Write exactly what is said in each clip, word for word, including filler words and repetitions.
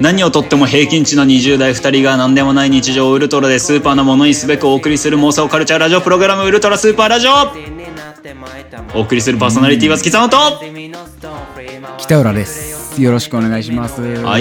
何をとっても平均値のにじゅう代ふたりが何でもない日常をウルトラでスーパーなものにすべくお送りする妄想カルチャーラジオプログラムウルトラスーパーラジオ。お送りするパーソナリティは月さんと北浦です。よろしくお願いします。 はい、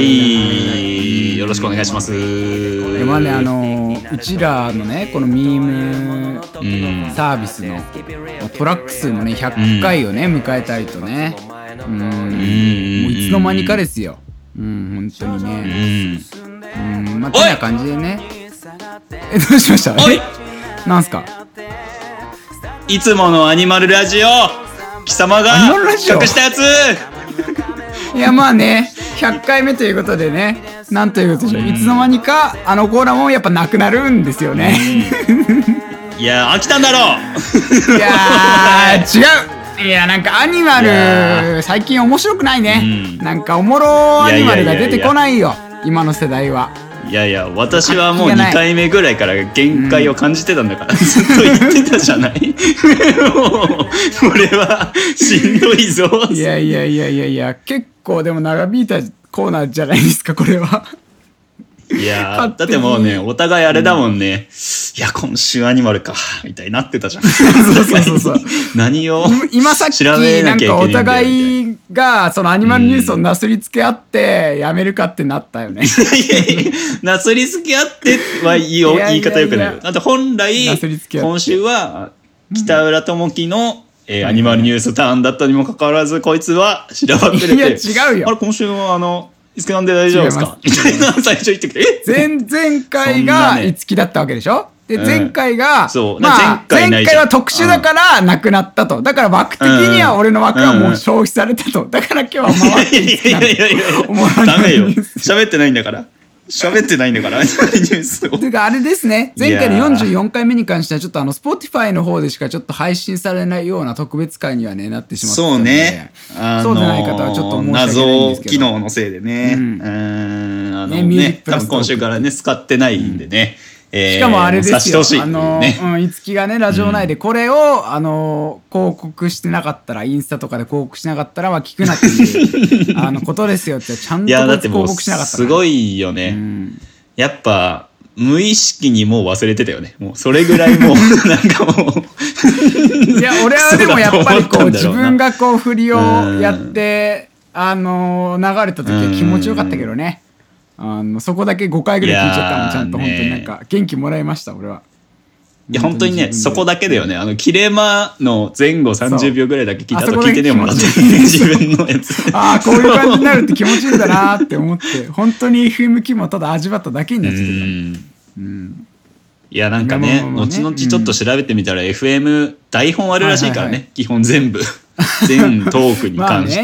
よろしくお願いします。 でまあね、あのうちらのねこのミームサービスのトラック数もねひゃっかいをね、うん、迎えたいとね、うん、もういつの間にかですよ。うん、本当にね。うん、うん、まあこんな感じでね。え、どうしました？ おい、 え、なんすか？ いつものアニマルラジオ、貴様が隠したやつ。 いやまあね、ひゃっかいめということでね、なんということでしょう、いつの間にかあのコーナーもやっぱなくなるんですよね。 いや飽きたんだろう。 いやー違う。いやなんかアニマル最近面白くないね、うん、なんかおもろアニマルが出てこないよ、いやいやいやいや今の世代は。いやいや私はもうにかいめぐらいから限界を感じてたんだから、うん、ずっと言ってたじゃない。もうこれはしんどいぞ。 いやいやいやいやいや結構でも長引いたコーナーじゃないですかこれは。 いやだってもうねお互いあれだもんね、うん、いや今週アニマルかみたいになってたじゃん。 そうそうそうそう何を今さっきなんかお互いがそのアニマルニュースをなすりつけ合ってやめるかってなったよね。 いやいやなすりつけ合ってはいいよ、言い方よくないよ。だって本来今週は北浦智樹の、えー、アニマルニュースターンだったにもかかわらずこいつはしらばってれて、いや違うよ、 あれ今週はあのいつきなんで大丈夫ですかみたいな最初言ってきて、 前々回がいつきだったわけでしょ。で前回が、 うん、そうまあ、前回は特殊だからなくなったと、だから枠的には俺の枠はもう消費されたと、だから今日は回っていつきなんで。いやいやいやいやダメよ、喋ってないんだから喋ってないんだからニュースを。 というかあれですね、前回のよんじゅうよんかいめに関してはちょっとあの Spotify の方でしかちょっと配信されないような特別会にはねなってしまったので、 そうね、あのー、 そうでない方はちょっと申し訳ないんですけど、 謎機能のせいでね、うん、うんあのね、ね多分今週からね使ってないんでね、うんえー、 しかもあれですよ、 ね、 あの、うん、いつきがねラジオ内でこれを、うん、あの広告してなかったらインスタとかで広告しなかったらは聞くなっていうあのことですよってちゃんと広告しなかったら、 すごいよね、うん、やっぱ無意識にもう忘れてたよね。もうそれぐらいもうなんかもういや俺はでもやっぱりこう自分がこう振りをやってあの流れた時は気持ちよかったけどね、あのそこだけごかいぐらい聞いちゃったもん。ちゃんと本当になんか元気もらいました俺は。 いや本当にねそこだけだよね。あの切れ間の前後さんじゅうびょうぐらいだけ聞いたと聞いてねえもんだって自分のやつ。 ああこういう感じになるって気持ちいいんだなって思って本当に エフエム 気もただ味わっただけになっちゃってた。うん、 いやなんかね後々ちょっと調べてみたら エフエム 台本あるらしいからね、はいはいはい、基本全部全トークに関して、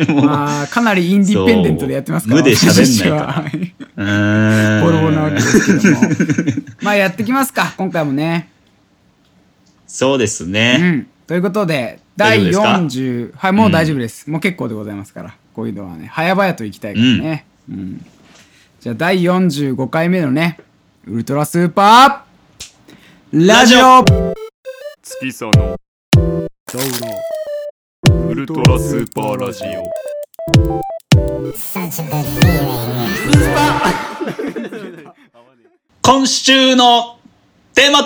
まあね、まあかなりインディペンデントでやってますから無で喋んないからうーんボロボロなわけですけどもまあやってきますか今回もね。 そうですね、 うん、ということでだいよんじゅうはいもう大丈夫です、うん、もう結構でございますからこういうのはね早々といきたいからね、うんうん、じゃあだいよんじゅうごかいめのねウルトラスーパーラジオ月さのウルトラスーパーラジオ今週のテーマト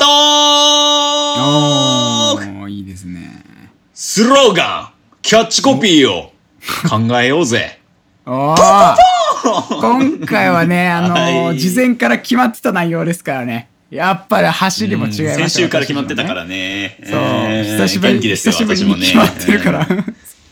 ーク、 いいですね。 スローガンキャッチコピーを考えようぜ。 お今回はね、あのーはい、事前から決まってた内容ですからね。やっぱり走りも違いました、ね、 先週から決まってたからね。 そう、えー、久しぶりに久しぶりに決まってるから。そう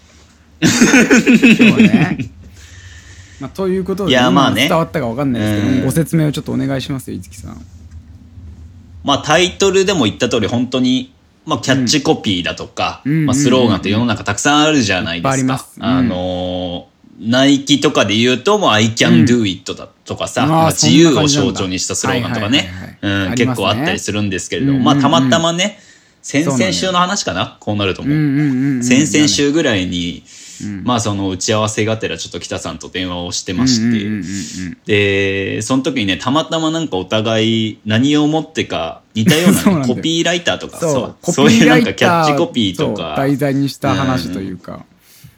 ね。まあ、ということで、 いやまあね、 伝わったか分かんないですけど、うん、ご説明をちょっとお願いしますよ、いつきさん。 まあタイトルでも言った通り本当に、まあ、キャッチコピーだとか、うんまあ、スローガンって世の中たくさんあるじゃないですか。あります。うん、あのー、ナイキとかで言うともう I can do it だとかさ、うんまあ、自由を象徴にしたスローガンとかね結構あったりするんですけれども、まあたまたまね先々週の話かなこうなると思う。先々週ぐらいにうん、まあその打ち合わせがてらちょっと北さんと電話をしてまして、でその時にねたまたまなんかお互い何をもってか似たような、ね、コピーライターとかそうそういうなんかキャッチコピーとか題材にした話というか、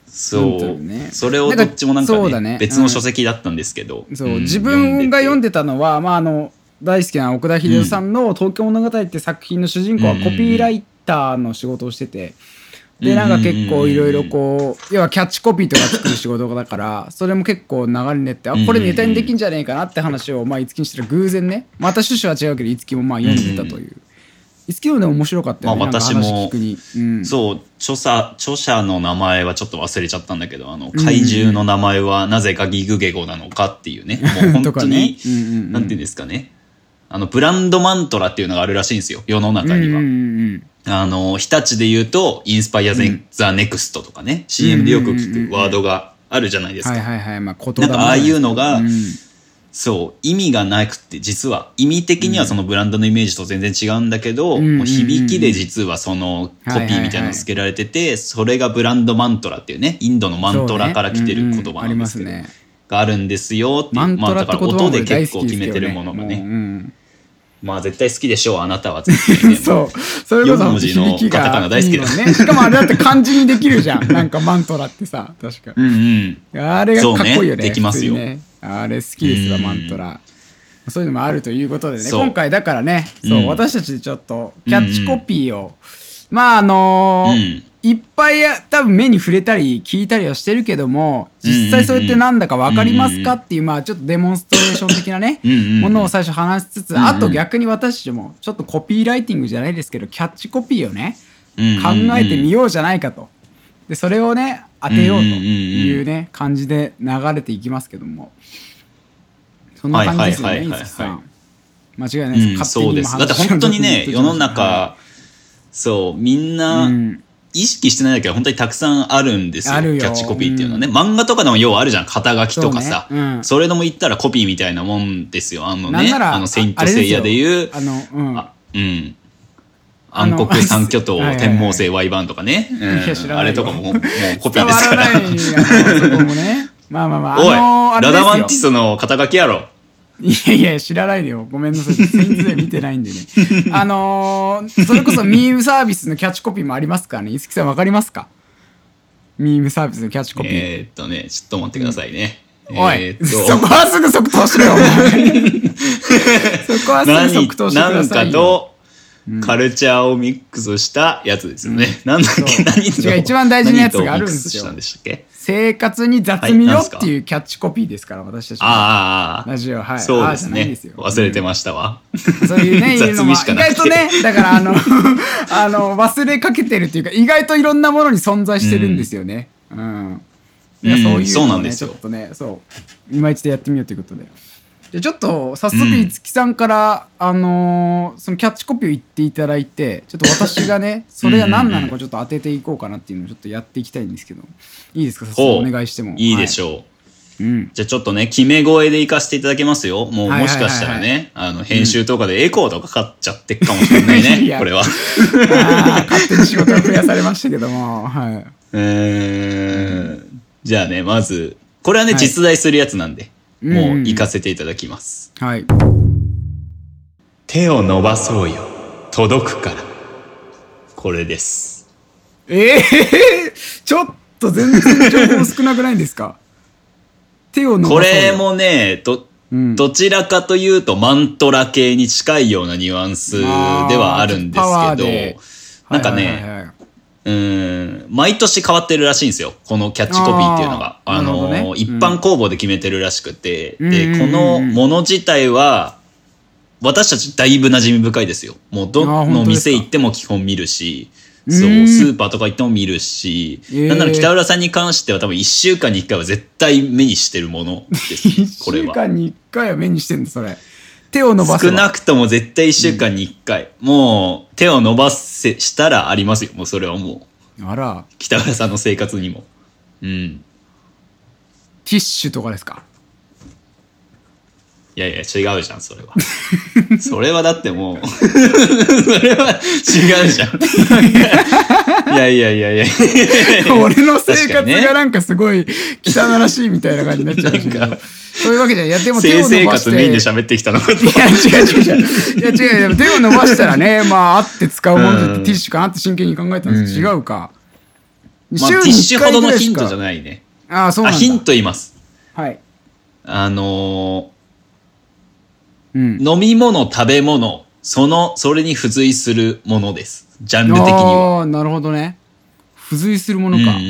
そう、ね、それをどっちもなんか ね, かね別の書籍だったんですけど、 うん、そう、うん、自分が読んでたのは、まあ、あの大好きな奥田秀夫さんの東京物語って作品の主人公はコピーライターの仕事をしてて、でなんか結構いろいろこう要はキャッチコピーとか作る仕事だからそれも結構流れに練ってあこれネタにできんじゃねえかなって話をまあいつきにしたら偶然ねまた趣旨は違うけどいつきもまあ読んでたといういつきのでも面白かったよね。 まあ私も、 うん、 そう著者著者の名前はちょっと忘れちゃったんだけどあの怪獣の名前はなぜかギグゲゴなのかっていうねもう本当にね、うんうんうん、なんていうんですかねあのブランドマントラっていうのがあるらしいんですよ世の中には。うんうんうんあの日立で言うとインスパイアザネクストとかね、うん、シーエム でよく聞くワードがあるじゃないですか。 はいはいはいまあ言葉なんかああいうのが、うん、そう意味がなくて実は意味的にはそのブランドのイメージと全然違うんだけど、うん、もう響きで実はそのコピーみたいなのつけられてて、はいはいはい、それがブランドマントラっていうねインドのマントラから来てる言葉なんですけど、ねうんうんね、があるんですよっていう、まあ、だから音で結構決めてるものがねまあ絶対好きでしょうあなたは絶対ねそうそれこそよん文字のカタカナ大好きだねしかもあれだって漢字にできるじゃんなんかマントラってさ確かうんうんあれがかっこいいよね。 そうねできますよ、 ね、あれ好きですわマントラそういうのもあるということでね今回だからねそう、うん、私たちでちょっとキャッチコピーを、うんうん、まああのーうんいっぱい多分目に触れたり聞いたりはしてるけども実際それってなんだか分かりますかっていうまあちょっとデモンストレーション的なねものを最初話しつつあと逆に私たちもちょっとコピーライティングじゃないですけどキャッチコピーをね考えてみようじゃないかとでそれをね当てようというね感じで流れていきますけどもそんな感じですよね五木さん間違いないです、 うん、そうですだって本当にね世の中そうみんな、うん意識してないだけは本当にたくさんあるんですよキャッチコピーっていうのはね、うん、漫画とかでも要はあるじゃん肩書きとかさ そ,、ねうん、それでも言ったらコピーみたいなもんですよあのねあのセイントセイヤでいうあの、うん、あうん暗黒三巨頭天王星 Y 版とかね、うん、あれとかももうコピーですから伝わらないあのそこもねまあまあまあおい、 あのー、 ラダマンティスの肩書きやろいやいや知らないでよごめんなさい全然見てないんでねあのー、それこそミームサービスのキャッチコピーもありますからね五木さんわかりますかミームサービスのキャッチコピーえー、っとねちょっと待ってくださいね、 うん、おい、えー、そこはすぐ即答しろよお前そこはすぐ即答してくださいよなんかとカルチャーをミックスしたやつですよね、うん、なんだっけ何と違う一番大事なやつがあるんですよ生活に雑味よっていうキャッチコピーですから私たちあラジオはいそうですね忘れてましたわ、 うん、そういうねいうのも意外とねだからあのあの忘れかけてるっていうか意外といろんなものに存在してるんですよねうん、うん、いやそういうのをね、うん、そうなんですよちょっとねそう今一度やってみようということででちょっと早速五木さんから、うん、あのー、そのキャッチコピーを言っていただいてちょっと私がねそれが何なのかちょっと当てていこうかなっていうのをちょっとやっていきたいんですけどいいですか早速お願いしてもいいでしょう、はいうん、 じゃあちょっっとね決め声でいかせていただけますよもうもしかしたらねあの編集とかでエコーとかかかっちゃってっかもしれないねこれはあ勝手に仕事を増やされましたけどもはいえー、じゃあねまずこれはね、はい、実在するやつなんでもう行かせていただきます、 うんうん、はい手を伸ばそうよ届くからこれですええー、ちょっと全然情報少なくないんですか手を伸ばそうよこれもね ど, どちらかというとマントラ系に近いようなニュアンスではあるんですけどなんかね、はいはいはいはいうーん毎年変わってるらしいんですよこのキャッチコピーっていうのがあの、ね、一般公募で決めてるらしくて、うん、でこのもの自体は私たちだいぶ馴染み深いですよもうどの店行っても基本見るしそうスーパーとか行っても見るし、えー、なんなら北浦さんに関しては多分いっしゅうかんにいっかいは絶対目にしてるものですこれはいっしゅうかんにいっかいは目にしてんだそれ手を伸ばす少なくとも絶対いっしゅうかんにいっかい、うん、もう手を伸ばせしたらありますよもうそれはもうあら北浦さんの生活にもうんティッシュとかですかいやいや違うじゃんそれはそれはだってもうそれは違うじゃんいやいやいやいや俺の生活がなんかすごい汚らしいみたいな感じになっちゃうけどそういうわけじゃいやでも手を伸ばして性生活メインで喋ってきたのかといや違う違う違ういや違うでも手を伸ばしたらねまああって使うものってティッシュかなって真剣に考えたんですけど、うん、違うかまあ、ティッシュほどのヒントじゃないね。 ああ、そうなんだ。 あ、ヒント言います。 はい。 あのー、うん、 飲み物、食べ物、その、それに付随するものです。ジャンル的には。 ああ、なるほどね。付随するものか。うんうんうん。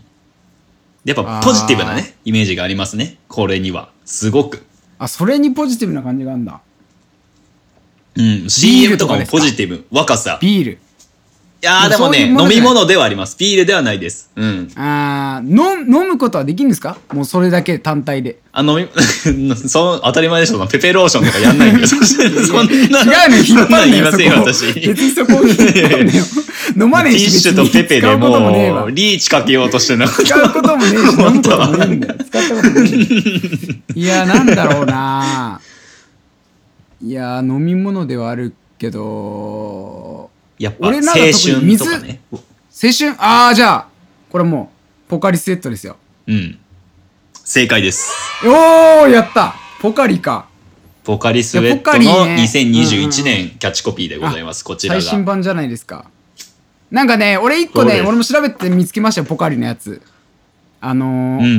やっぱポジティブなね、イメージがありますね。これには。すごく。 あ、それにポジティブな感じがあるんだ。 うん。シーエム とかもポジティブ。若さ。 ビール。 いやーでもね、飲み物ではあります。ビールではないです。うん。 あー、飲、飲むことはできるんですか？もうそれだけ単体で。 あ、飲み、そう、当たり前でしょ。ペペローションとかやんないんだよ。そんな。 違うの、引っ張るのよ。 言いませんよ、私。 別にそこを引っ張るのよ。飲まねえし。 ティッシュとペペでもう、リーチかけようとしてなかった。 使うこともねえし、飲むこともねえんだよ。使ったこともねえ。いや、なんだろうな。いや、飲み物ではあるけど、 やっぱ、青春とかね。 青春、ああ、じゃあ、これもう、ポカリスエットですよ。 うん。正解です。 おー、やったポカリか。 ポカリスエットのにせんにじゅういちねんキャッチコピーでございます。こちらが。 最新版じゃないですか。なんかね、俺一個ね、俺も調べて見つけましたよ、ポカリのやつ。あのー、うんうんうんうん。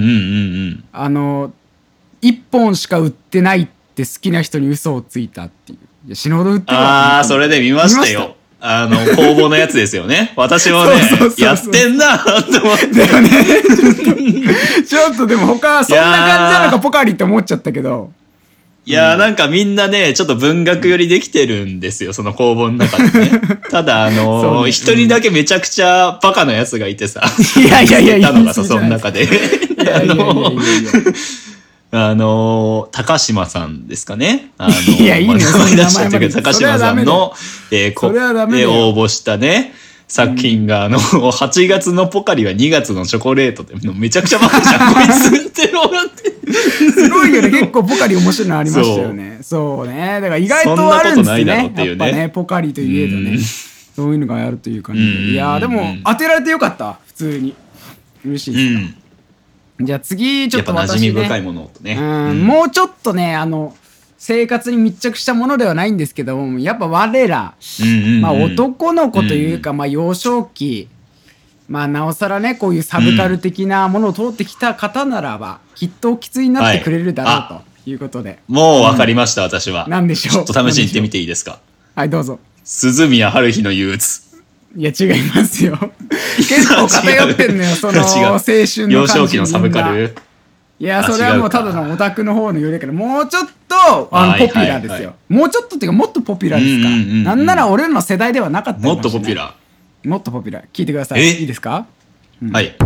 あのー、一本しか売ってないって好きな人に嘘をついたっていう。いや、死ぬほど売ってるわ。 あー、それで見ましたよ。あの、公募のやつですよね。私もね、やってんなって思って。 だよね。ちょっと、ちょっとでも他、そんな感じなのかポカリって思っちゃったけど。 いやー、なんかみんなね、ちょっと文学寄りできてるんですよ、その公募の中でね。ただ、あのー、一、ね、人だけめちゃくちゃバカなやつがいてさ。 いやいやいやいや。 たのがさ、その中で。いやいやいやいやいや。あのー、高島さんですかね。あのー、 いや、いいね。 思い出しちゃったけど、高島さんの、えー、こ、で応募したね、作品が、あの、はちがつのポカリはにがつのチョコレートって、めちゃくちゃバカじゃん、こいつってのがって。 すごいよね。結構ポカリ面白いのありましたよね。そうね。だから意外とあるんですね。やっぱね、ポカリといえどね。そういうのがあるという感じで。いやー、でも、当てられてよかった。普通に。嬉しいです。うんじゃあ次ちょっと私、ね、 やっぱ馴染み深いものとね、 うんうん、もうちょっとねあの生活に密着したものではないんですけどもやっぱ我ら、うんうんうん、まあ、男の子というか、うん、まあ、幼少期まあなおさらねこういうサブカル的なものを通ってきた方ならば、うん、きっとおきつになってくれるだろう、はい、ということでもう分かりました、うん、私は何でしょう。 ちょっと試しに行ってみていいですか。 はいどうぞ。 鈴宮春日の憂鬱。 いや違いますよ。結構偏ってんのよその青春の感じ。 幼少期のサブカル。 いやそれはもうただのオタクの方のよりからもうちょっとあのポピュラーですよ、はいはいはい、もうちょっとっていうかもっとポピュラーですか、うんうんうんうん、なんなら俺らの世代ではなかったかもしれない。 もっとポピュラーもっとポピュラー聞いてください。いいですか、 うん、はい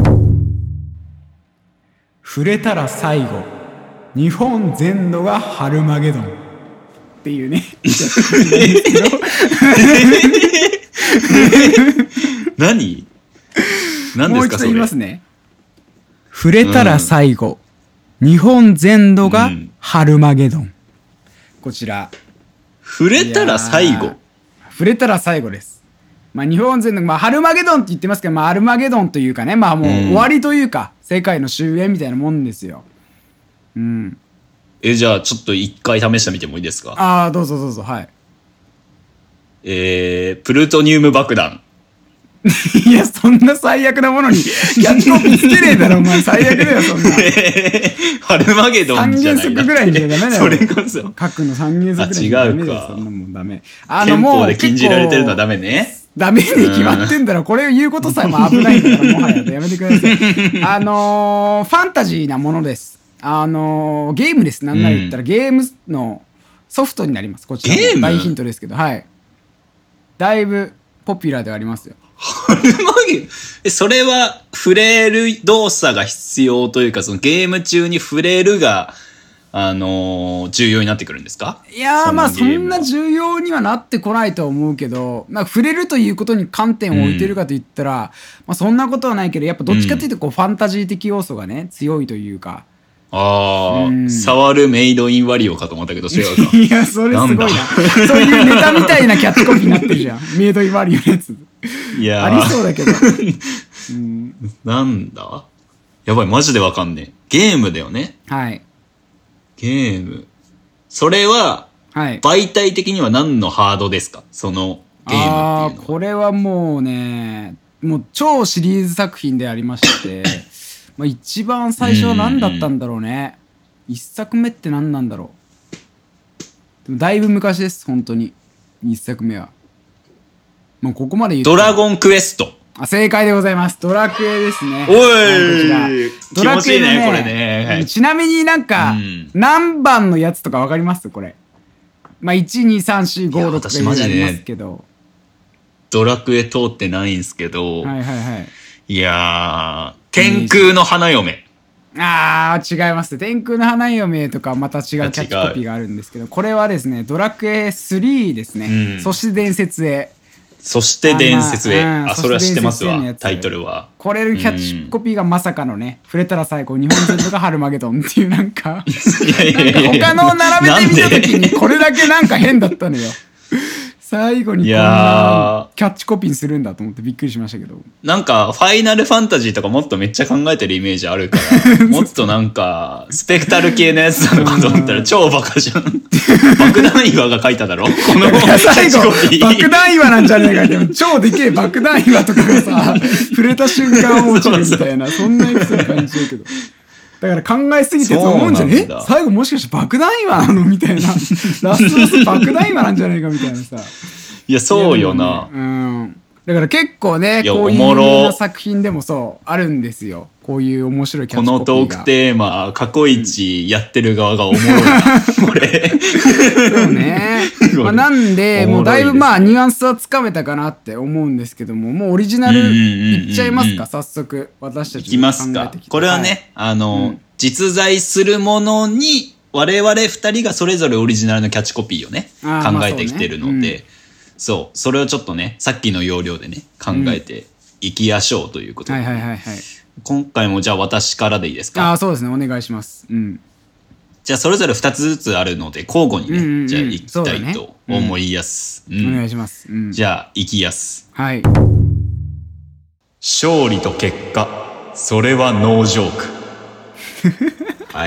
触れたら最後日本全土がハルマゲドンっていうね何何ですかそれ。 もう一度言いますね。触れたら最後、うん、日本全土がハルマゲドン、うん、こちら触れたら最後触れたら最後です。まあ日本全土、まあ、ハルマゲドンって言ってますけど、まあ、アルマゲドンというかねまあもう終わりというか、うん、世界の終焉みたいなもんですよ。うんえじゃあちょっと一回試してみてもいいですか。 ああどうぞどうぞ。はいえー、プルトニウム爆弾。 いやそんな最悪なものにキャッチコピーつけねえだろお前。最悪だよそんな。 ハルマゲドンじゃない。 三原則ぐらいじゃダメだよ。 それこそ核の三原則ぐらいじゃダメだよ。そんなもんダメ。 あのもう憲法で禁じられてるのはダメね。 ダメに決まってんだろ。これを言うことさえも危ないんだからもはややめてください。あのー、ファンタジーなものです。あのー、ゲームです。なんなら言ったら、うん、ゲームのソフトになります。こちらも大ヒントですけど、はい。だいぶポピュラーではありますよ。 ハルマゲえそれは触れる動作が必要というかそのゲーム中に触れるが、あのー、重要になってくるんですか。 いやーまあそんな重要にはなってこないとは思うけど、まあ、触れるということに観点を置いてるかと言ったら、うんまあ、そんなことはないけどやっぱどっちかっていうとこう、うん、ファンタジー的要素がね強いというか。 ああ、うん、触るメイドインワリオかと思ったけど違うか。 いやそれすごいな。そういうネタみたいなキャッチコピーになってるじゃん。メイドインワリオのやつ。いやありそうだけど、 うん、なんだやばいマジでわかんねえ。ゲームだよね。 はいゲームそれは、はい、媒体的には何のハードですかそのゲームっていうのは。 あこれはもうねもう超シリーズ作品でありましてまあ一番最初は何だったんだろうね。一作目って何なんだろう。でもだいぶ昔です、本当に。一作目はもうここまで言うとドラゴンクエスト。 あ、正解でございます。ドラクエですね。 おい、 ドラクエのね、 気持ちいいねこれね、はい、 ちなみになんか、うん、何番のやつとかわかりますこれ。まあいち、に、さん、よん、ごとかいろいろありますけど、 ドラクエ通ってないんですけど、 はいはいはい。 いやー、天空の花嫁。 あー、違います。天空の花嫁とかまた違うキャッチコピーがあるんですけど、これはですね、ドラクエスリーですね。うん、そして伝説へ。 そして伝説へ。あ、まあ、あ、それは知ってますわ、タイトルは。 これのキャッチコピーがまさかのね、触れたら最後、日本全土がハルマゲドンっていうなんか、いやいやいやいや、なんか他の並べてみたときにこれだけなんか変だったのよ。最後にこんなキャッチコピーにするんだと思ってびっくりしましたけど、 なんかファイナルファンタジーとかもっとめっちゃ考えてるイメージあるからもっとなんかスペクタル系のやつなのかと思ったら超バカじゃん爆弾岩が書いただろこのキャッチコピー。 爆弾岩なんじゃねえか。でも超でけえ爆弾岩とかがさ触れた瞬間落ちるみたいな、そんなエピソード感じるけど、だから考えすぎて思うんじゃねえ、最後もしかして爆弾岩なのみたいなラストラス爆弾岩なんじゃないかみたいなさ。 いやそうよな、 ね、うん、だから結構ねこういう作品でもそうあるんですよ、こういう面白いキャッチコピーが。 このトークテーマ過去一やってる側がおもろいな、うん、これそうね、まあ、なんでもうだいぶまあニュアンスはつかめたかなって思うんですけども、もうオリジナルいっちゃいますか、早速私たちいきますか。これはね、はい、あの、うん、実在するものに我々二人がそれぞれオリジナルのキャッチコピーをね考えてきてるので、そう、それをちょっとね、さっきの要領でね、考えていきやしょうということで、ね、 はいはいはいはい。 今回もじゃあ私からでいいですか。 ああ、そうですね、お願いします。うん。 じゃあそれぞれふたつずつあるので、交互にね、うんうんうん、じゃあいきたいと思いやす。 うんうん、お願いします。うん、 じゃあ、いきやす。 はい。 勝利と結果、それはノージョーク。はい。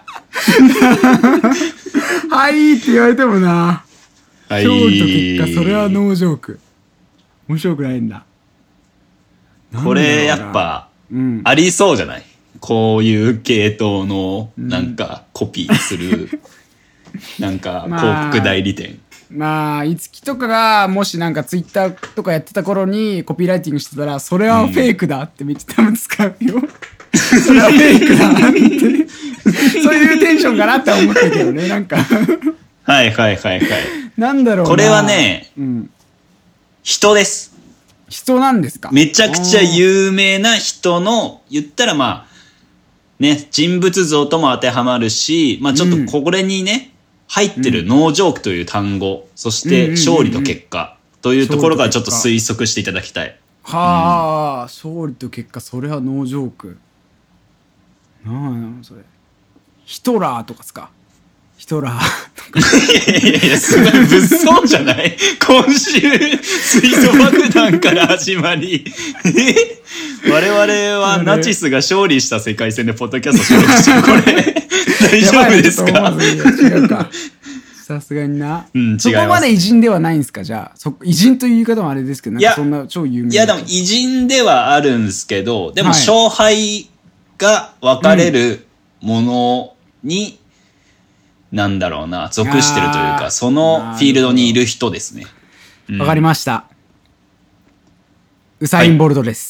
はいって言われてもな。勝利と結果それはノージョーク。面白くないんだ。 これやっぱ、うん、ありそうじゃない、こういう系統のなんかコピーする、うん、なんか広告代理店。 まあいつきとかがもしなんかツイッターとかやってた頃にコピーライティングしてたら、それはフェイクだってめっちゃ多分使うよ、うん、それはフェイクだってそういうテンションかなって思ったけどね、なんかはいはいはいはい。 なんだろうな、 これはね、うん、人です。 人なんですか。 めちゃくちゃ有名な人の、言ったらまあね、人物像とも当てはまるし、まあちょっとこれにね、うん、入ってるノージョークという単語、そして勝利と結果というところからちょっと推測していただきたい。 はあ、うん、勝利と結果それはノージョーク。なあなそれ。ヒトラーとかですか。ヒトラーとか。 いやいやいや、すごい物騒じゃない今週、水素爆弾から始まり。我々はナチスが勝利した世界線でポッドキャスト収録してる。これ、大丈夫ですか。 違うか。さすがにな。 うん、違います。 そこまで偉人ではないんですか、じゃあ。そ偉人という言い方もあれですけど、なんかそんな超有名な。 いや、でも偉人ではあるんですけど、でも勝敗が分かれるものに、うん、なんだろうな、属してるというか、そのフィールドにいる人ですね。 わ、うん、かりました。ウサイン・ボルトです。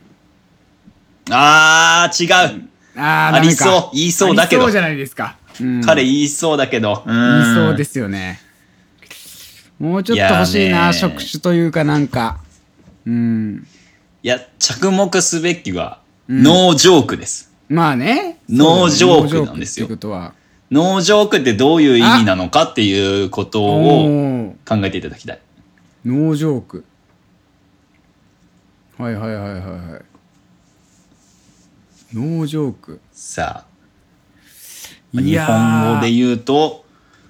はい、あー、違う。 あー、 ありそう。言いそうだけど。 そうじゃないですか。 うん、彼言いそうだけど。 言いそうですよね。もうちょっと欲しいな、職種というかなんか。うん。 いや、着目すべきは、うん、ノージョークです。 まあね。 ノージョークなんですよ。 ノージョークってことは。 ノージョークってどういう意味なのかっていうことを考えていただきたい。 ノージョーク。はいはいはいはいはい。ノージョーク。 さあ。日本語で言うと。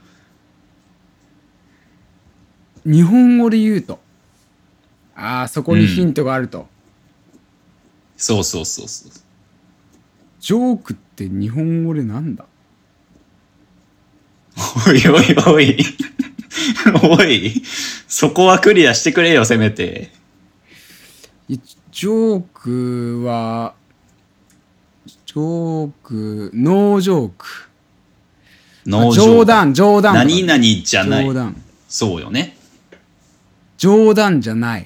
日本語で言うと。ああ、そこにヒントがあると。うん、 そうそうそうそう。 ジョークって日本語でなんだ。 おいおいおいおい、そこはクリアしてくれよ、せめて。 ジョークはジョークノージョークノー冗談冗談何々じゃない。 冗談そうよね。 冗談じゃない。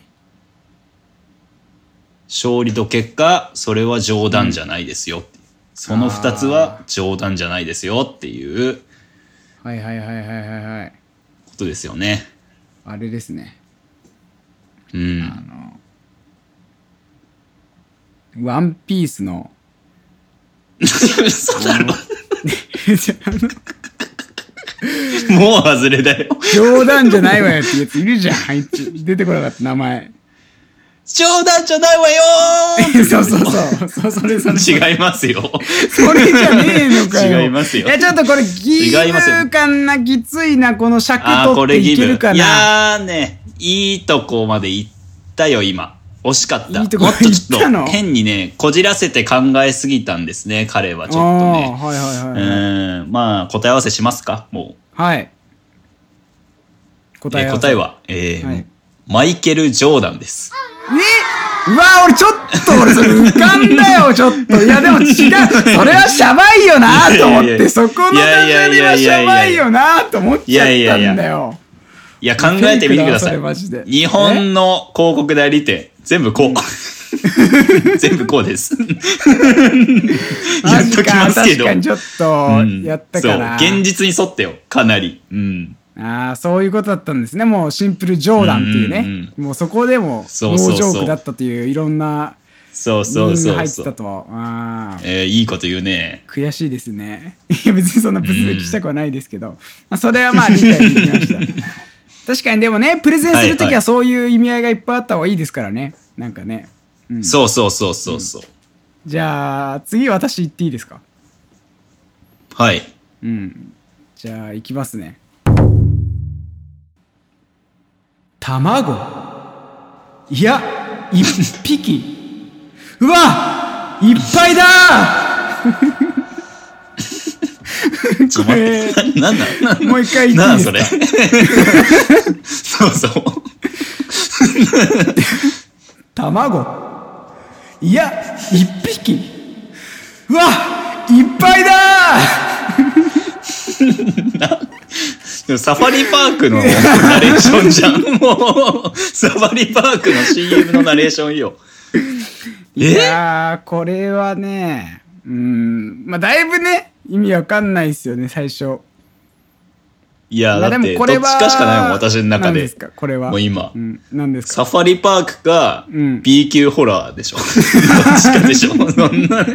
勝利と結果、それは冗談じゃないですよ。うん、その二つは冗談じゃないですよっていう。 はいはいはいはいはいはい。 ことですよね。 あれですね。 うん。 あの、ワンピースの。 嘘だろ。もう外れだよ。 冗談じゃないわよってやついるじゃん。あいつ出てこなかった名前。 冗談じゃないわよーそうそうそう。そうそれそれ。 違いますよ。 それじゃねえのかよ。 違いますよ。 いやちょっとこれギブ感なきついな、この尺取っていけるかな。 いやーね、いいとこまで行ったよ今。惜しかった。 いいとこまで行ったの？ もっとちょっと変にね、こじらせて考えすぎたんですね、彼はちょっとね。 はいはいはい、はい。 うん、まあ答え合わせしますか、もう。 はい。 答え合わせ。答えは、えーはい、マイケル・ジョーダンです。 えうわ俺ちょっと俺それ浮かんだよちょっと。いやでも違う、それはシャバいよなと思って、そこのダジャレはシャバいよなと思っちゃったんだよ。いやいやいやいや考えてみてください。日本の広告代理店全部こう、うん、全部こうです。やっときますけど。 確かにちょっとやったから、 うん、そう現実に沿ってよかなり。うん、 ああそういうことだったんですね。もうシンプルジョーダンっていうね、うんうんうん、もうそこでもノージョークだったといういろんなそうそうそう入ってたと。あえー、いいこと言うね。 悔しいですね。いや別にそんな物々したくはないですけど、うんまあ、それはまあ理解できました。確かにでもねプレゼンするときはそういう意味合いがいっぱいあった方がいいですからね。なんかね、 うん、そうそうそうそうそう、うん、 じゃあ次私言っていいですか？ はい、 うん、じゃあいきますね。卵いや一匹うわいっぱいだちょっと待って、なんだもう一回言っていいですか？ なんそれそうそう卵いや一匹うわいっぱいだでもサファリパークのナレーションじゃん。もうサファリパークの シーエム のナレーションよ。 いやーこれはね、うーんまあだいぶね意味わかんないですよね最初。 いやだってどっちかしかないもん私の中で。何ですかこれは。もう今、うん、 何ですか。 サファリパークか、うん、B 級ホラーでしょ。どっちかでしょ。そんな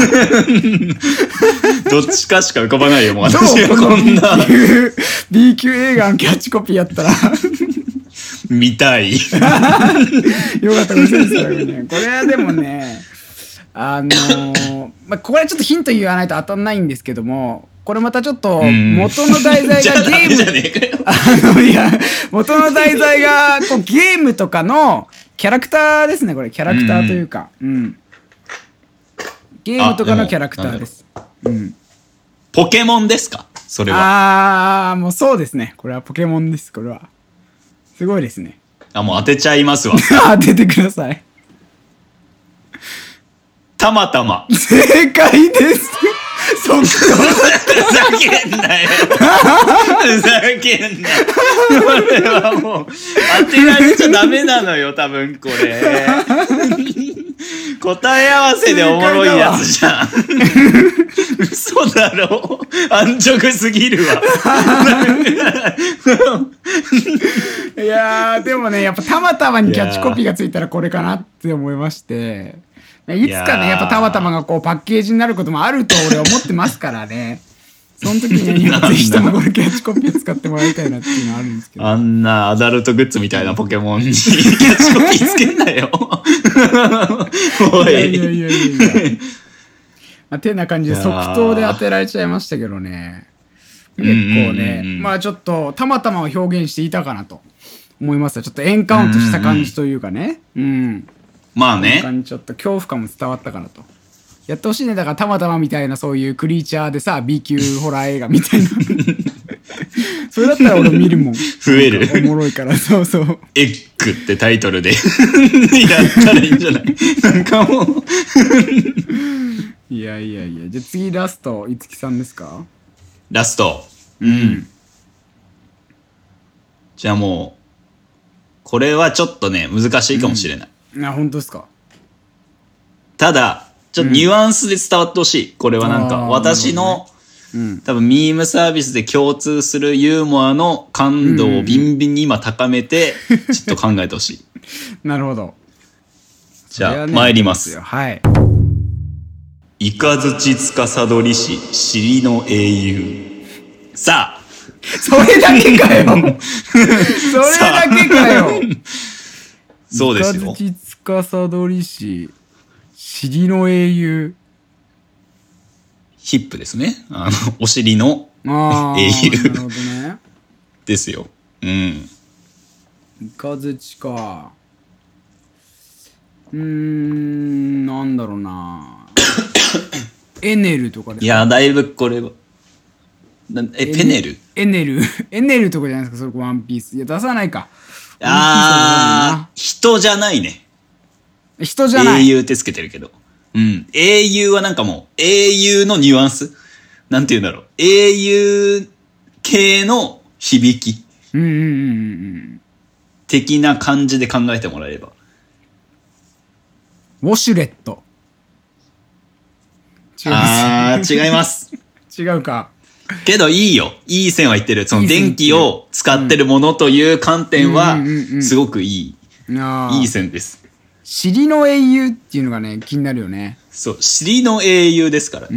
どっちかしか浮かばないよもう私はこんな B 級映画のキャッチコピーやったら見たい。よかったごめんなさいね。これはでもねあのー、まあこれはちょっとヒント言わないと当たんないんですけども。これまたちょっと元の題材がゲームあのいや元の題材がこうゲームとかのキャラクターですね。これキャラクターというか、うん、ゲームとかのキャラクターです。うん、 ポケモンですかそれは。 ああもうそうですね。これはポケモンです。これはすごいですね。 あもう当てちゃいますわ。 当ててください。 たまたま正解です。そっか。 ふざけんなよ。ふざけんな。これはもう当てられちゃダメなのよ多分これ。答え合わせでおもろいやつじゃん。嘘だろ。安直すぎるわ。 いやーでもねやっぱたまたまにキャッチコピーがついたらこれかなって思いまして。いつかねやっぱたまたまがこうパッケージになることもあると俺は思ってますからね。その時にねぜひともこれキャッチコピー使ってもらいたいなっていうのはあるんですけど。 あんなアダルトグッズみたいなポケモンにキャッチコピーつけんなよ。おい。いやいやいやいや。 まあてな感じで即答で当てられちゃいましたけどね。結構ねまあちょっとたまたまを表現していたかなと思います。ちょっとエンカウントした感じというかね。うん。 まあね。 ちょっと恐怖感も伝わったかなと。やってほしいね。だからたまたまみたいなそういうクリーチャーでさ B 級ホラー映画みたいなそそれだったら俺見るもん。 増える。 おもろいから、そうそう。 エッグってタイトルでやったらいいんじゃない？なんかもういやいやいや、じゃあ次ラスト、いつきさんですか？ ラスト。うん。じゃあもう、これはちょっとね、難しいかもしれない。 うん、あ、本当ですか？ ただ、ちょっとニュアンスで伝わってほしい。これはなんか、私の、うん、多分ミームサービスで共通するユーモアの感度をビンビンに今高めて、ちょっと考えてほしい。 なるほど。 じゃあ、ね、参ります。 はい。 イカズチ司りし尻の英雄。さあ。 それだけかよ。それだけかよ。 そうですよ。 イカズチ司りし尻の英雄。 ヒップですね。あの、お尻の英雄。なるほどね。 ですよ。うん。 イカズチか。うーん、なんだろうな。エネルとかで。 いや、だいぶこれは。え、ペネルエネルエネルとかじゃないですか、それワンピース。いや、出さないか。 あー、人じゃないね。 人じゃない。 英雄ってつけてるけど。うん。英雄はなんかもう、英雄のニュアンスなんて言うんだろう。英雄系の響き。 うんうんうんうん。 的な感じで考えてもらえれば。 ウォシュレット。 違います。あー、違います。 違うか。 けどいいよ。いい線は言ってる。その電気を使ってるものという観点は、すごくいい。いい線です。 尻の英雄っていうのがね、気になるよね。 そう、尻の英雄ですから。うん。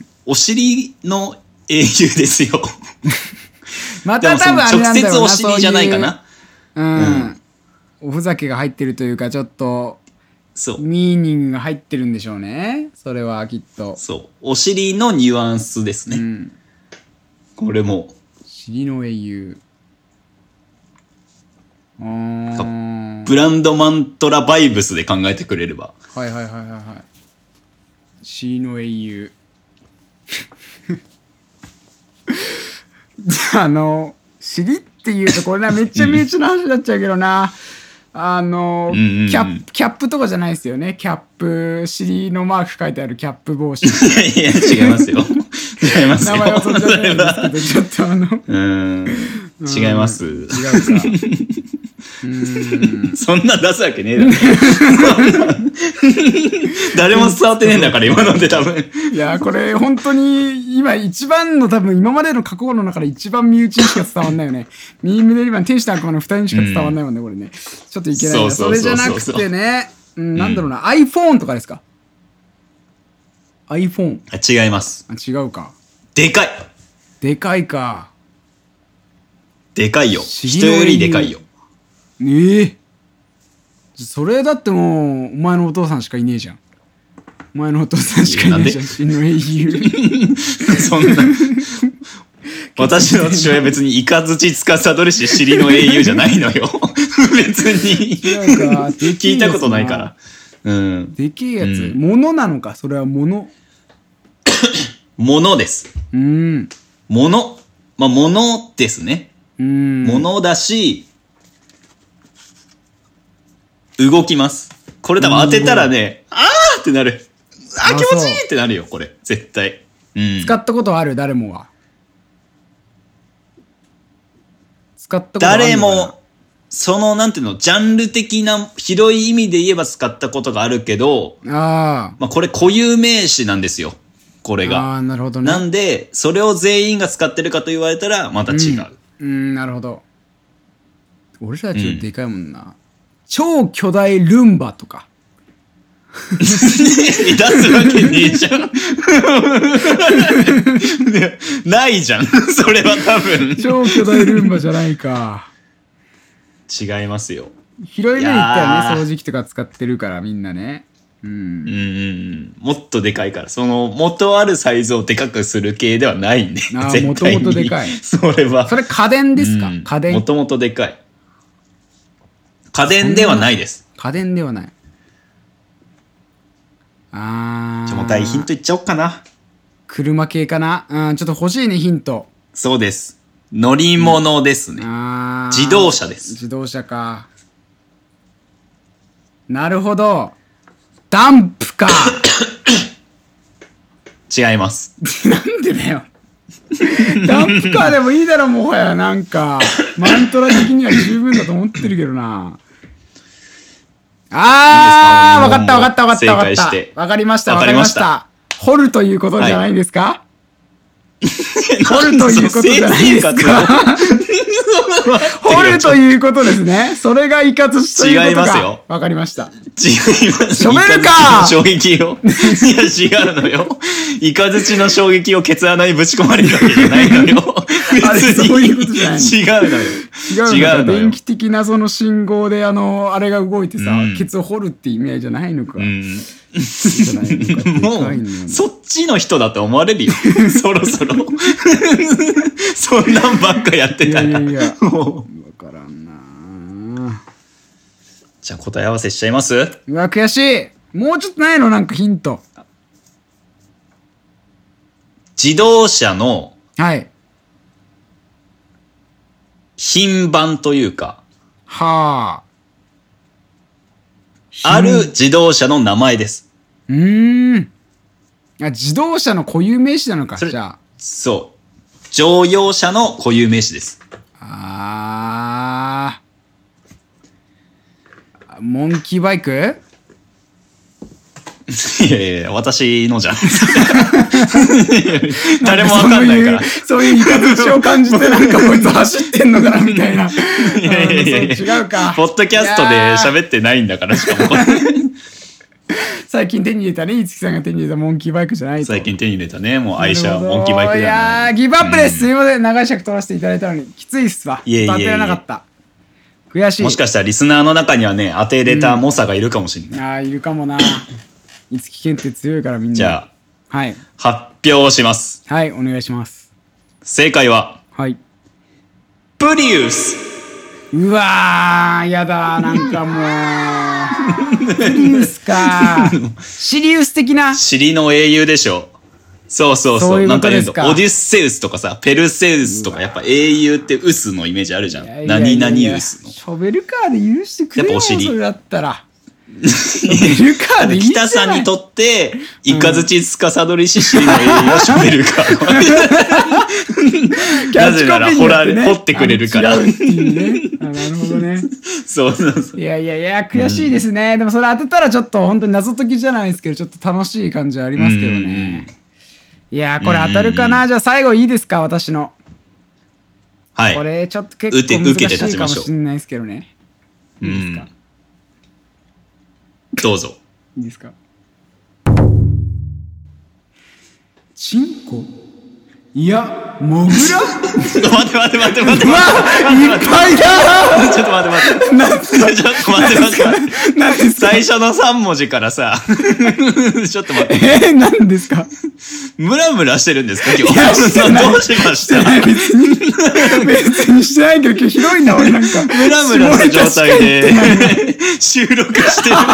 お尻の英雄ですよ。 また多分あれなんだろうな。 直接お尻じゃないかな。 うん。うん、おふざけが入ってるというか、ちょっと、 そう。 ミーニングが入ってるんでしょうね。それはきっと。 そう。お尻のニュアンスですね。うん、これも。 尻の英雄。あー。 ブランドマントラバイブスで考えてくれれば。 はいはいはいはいはい。尻の英雄。あの、尻っていうとこれな、めっちゃ身内の話になっちゃうけどな。あの、うんうんうん、キャップ、キャップとかじゃないですよね。キャップ、尻のマーク書いてあるキャップ帽子。 いやいや、違いますよ。違いますよ。 名前はそれじゃないんですけど、ちょっとあの。 うん。違います。違うか。 うんそんな出すわけねえだろ。誰も伝わってねえんだから今ので多分。 いやこれ本当に今一番の多分今までの過去の中で一番身内にしか伝わんないよね。ミームで今天使と悪魔の二人にしか伝わんないもんね、うん、これね。ちょっといけないな。それじゃなくてね、うん、なんだろうな、うん、iPhone とかですか？ iPhone。 違います。 あ、違うか。 でかい。 でかいか。 でかいよ。人よりでかいよ。 ええー、それだってもうお前のお父さんしかいねえじゃん。お前のお父さんしかいねえじゃん。死の英雄。 そんな私の父親別にイカズチ司るし尻の英雄じゃないのよ。別に聞いたことないから。うん。 でけえやつ、うん、物なのか。それは物。 物です。 うん。 物。まあ物ですね。 うん。 物だし。動きます。これ多分当てたらね、あーってなる。あー気持ちいいってなるよ、これ。絶対。うん。 使ったことある？誰もが。使ったことある？ 誰も、その、なんていうの、ジャンル的な、広い意味で言えば使ったことがあるけど、 あまあこれ固有名詞なんですよ。これが。 ああ、なるほどね。 なんで、それを全員が使ってるかと言われたら、また違う。 うん、うん、なるほど。俺たちよりでかいもんな。うん、超巨大ルンバとか。 出すわけねえじゃん。ないじゃん。それは多分。 超巨大ルンバじゃないか。 違いますよ。 広い目言ったよね。掃除機とか使ってるからみんなね。うん。 うんうん。もっとでかいから。その元あるサイズをでかくする系ではないね。 ああ、もともとでかい。 それは。 それ家電ですか？家電。 もともとでかい。家電ではないです。 家電ではない。あー。 じゃあもう大ヒントいっちゃおっかな。 車系かな。うん、ちょっと欲しいね、ヒント。 そうです。 乗り物ですね。 あー自動車です。 自動車か。なるほど。ダンプか。 違います。 なんでだよ。ダンプカーでもいいだろ、もはや。なんかマントラ的には十分だと思ってるけどな。あー、わかったわかったわかったわかったわかりましたわかりました。掘るということじゃないですか、はい、掘るということじゃないですか。掘るということですね。それがイカズチということか。違いますよ。わかりました。違います。ショベルカー。 衝撃を。いや違うのよ。イカズチの衝撃をケツ穴にぶち込まれるわけじゃないのよ。 あれそういうことじゃないの。 違うのよ。 違うのよ。電気的なその信号であのあれが動いてさ、うん、ケツを掘るって意味合いじゃないのか。うん、じゃないのかもうそっちの人だと思われるよ。そろそろ。そんなんばっかやってたら。いやいやいや。もう。 わからんな。 じゃあ答え合わせしちゃいます？ うわ悔しい。もうちょっとないのなんかヒント。 自動車のはい品番というか、 はあ、ある自動車の名前です。 うーん。あ、自動車の固有名詞なのか。じゃあそう、乗用車の固有名詞です。 あー、モンキーバイク？ いやいや私のじゃん。誰もわかんないから。 そういうイカズチを感じてなんかこいつ走ってんのかなみたいな。 いやいやいやいや違うか。ポッドキャストで喋ってないんだからしかも。 最近手に入れたね、いつきさんが手に入れたモンキーバイクじゃないと。 最近手に入れたね、もう愛車モンキーバイクじゃない。 いやーギブアップです、うん、すいません、長い尺取らせていただいたのにきついっすわ。 いやいやいや、 当てられなかった。悔しい。 もしかしたらリスナーの中にはね、当てれた猛者がいるかもしれない。 うん、ああいるかもな。いつきけんって強いからみんな。 じゃあ、 はい、 発表します。 はい、お願いします。 正解は、 はい、 プリウス。 うわーやだ、なんかもうプリウスか。シリウス的な。 尻の英雄でしょ。そうそうそう。 そういうなんかことですか。 オデュッセウスとかさ、ペルセウスとか、やっぱ英雄ってウスのイメージあるじゃん。いやいやいやいや何々ウスの。 ショベルカーで許してくれよ。 やっぱお尻。 それだったら。ショベルカーでいいじゃない。 北さんにとって、イカズチつかさどりし尻の英雄はショベルカー。なぜなら掘られ、掘ってくれるから。 違うっていうね。あ、なるほどね。 そうそうそう。 いやいやいや、悔しいですね。うん、でもそれ当てたらちょっと本当に謎解きじゃないですけど、ちょっと楽しい感じはありますけどね。いやこれ当たるかな。じゃあ最後いいですか、私の。 はい。 これちょっと結構難しいかもしれないですけどね。いいですか。 どうぞ。 いいですか。チンコ？いや、モグラ？ 待って待って待って待って待って。 うわ、いっぱいだ。 ちょっと待って待って。 何ですか？ ちょっと待って待って。何ですか？最初のさん文字からさ。ちょっと待って。 えー、何ですか？ ムラムラしてるんですか今日？ いや、してない。 どうしました？ 別に、別にしてないけど今日ひどいな俺なんか。 ムラムラした状態で収録してる。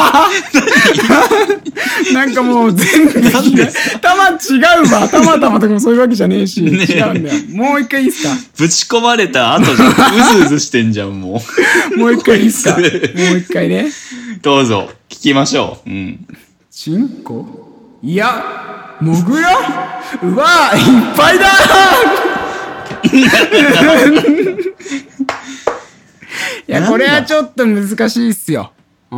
なんかもう全部たま違うわ。たまたまとかもそういうわけじゃねえし、ね、違うんだよ。もう一回いいっすか？ ぶち込まれた後じゃん。うずうずしてんじゃんもう。もう一回いいっすか？もう一回ね。どうぞ聞きましょう。うん。 チンコ？いや、モグラ？うわ、いっぱいだ。いやこれはちょっと難しいっすよ。うん。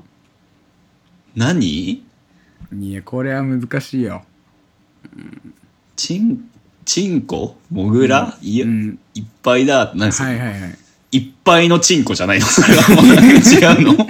何？ いやこれは難しいよ。 うん、チンチンコ？モグラ？うん、いや、うん、いっぱいだ。何ですか？ はいはいはい。 いっぱいのチンコじゃないの？それはもう違うの？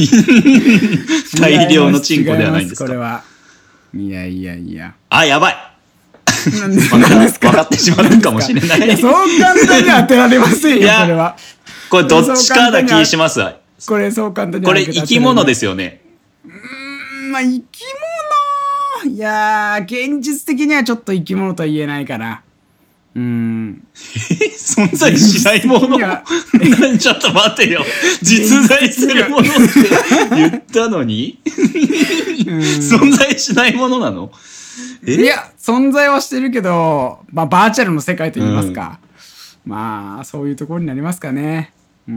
大量のチンコではないんですか？ これは。いやいやいや。 あ、やばい。 何ですか？ 分かってしまったかもしれない。 いやそう簡単に当てられませんよ。これは。 これどっちかだ気しますわ。 これそう簡単に。 これ生き物ですよね。 うーん、まあ生き物。いやー現実的にはちょっと生き物とは言えないかな。うーん。 存在しないもの。ちょっと待ってよ。実在するものって言ったのに存在しないものなの？ いや存在はしてるけど、まあバーチャルの世界と言いますか。 まあそういうところになりますかね。うん。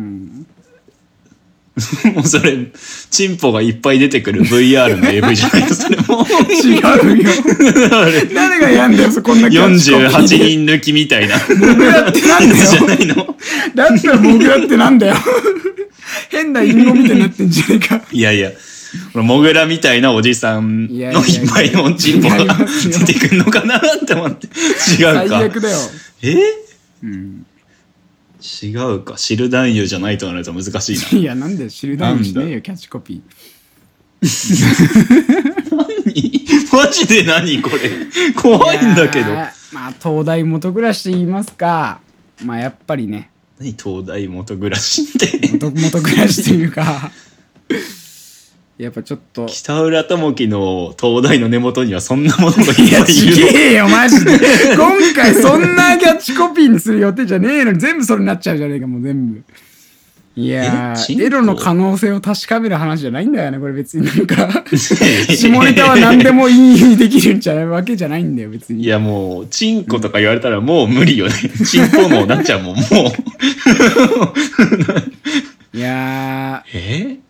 もうそれチンポがいっぱい出てくる ブイアール の エーブイ じゃないとそれも違うよ。誰がやんだよ、そこんなキャッチコピーで。 よんじゅうはちにん抜きみたいな。 モグラってなんだよ。 じゃないの。 だったらモグラってなんだよ。変なインゴみたいになってんじゃねえか。 いやいや、モグラみたいなおじさんのいっぱいのチンポが出てくるのかなって思って。違うか。 最悪だよ。 え？ うん。 違うか。知る男優じゃないとなると難しいな。 いや、なんで知る男優しねえよ、キャッチコピー。何？マジで何これ。怖いんだけど。 まあ、東大元暮らしと言いますか。まあ、やっぱりね。 何東大元暮らしって。 元、元暮らしというか。やっぱちょっと北浦智樹の東大の根元にはそんなものがいっぱいいる。 いやちげえよマジで。今回そんなキャッチコピーにする予定じゃねえのに全部それになっちゃうじゃねえかもう全部。いやーエロの可能性を確かめる話じゃないんだよねこれ別になんか下ネタは何でもいいできるんじゃないわけじゃないんだよ別に。 いやもうチンコとか言われたらもう無理よね。チンコもなっちゃうもんもう。 いやーえー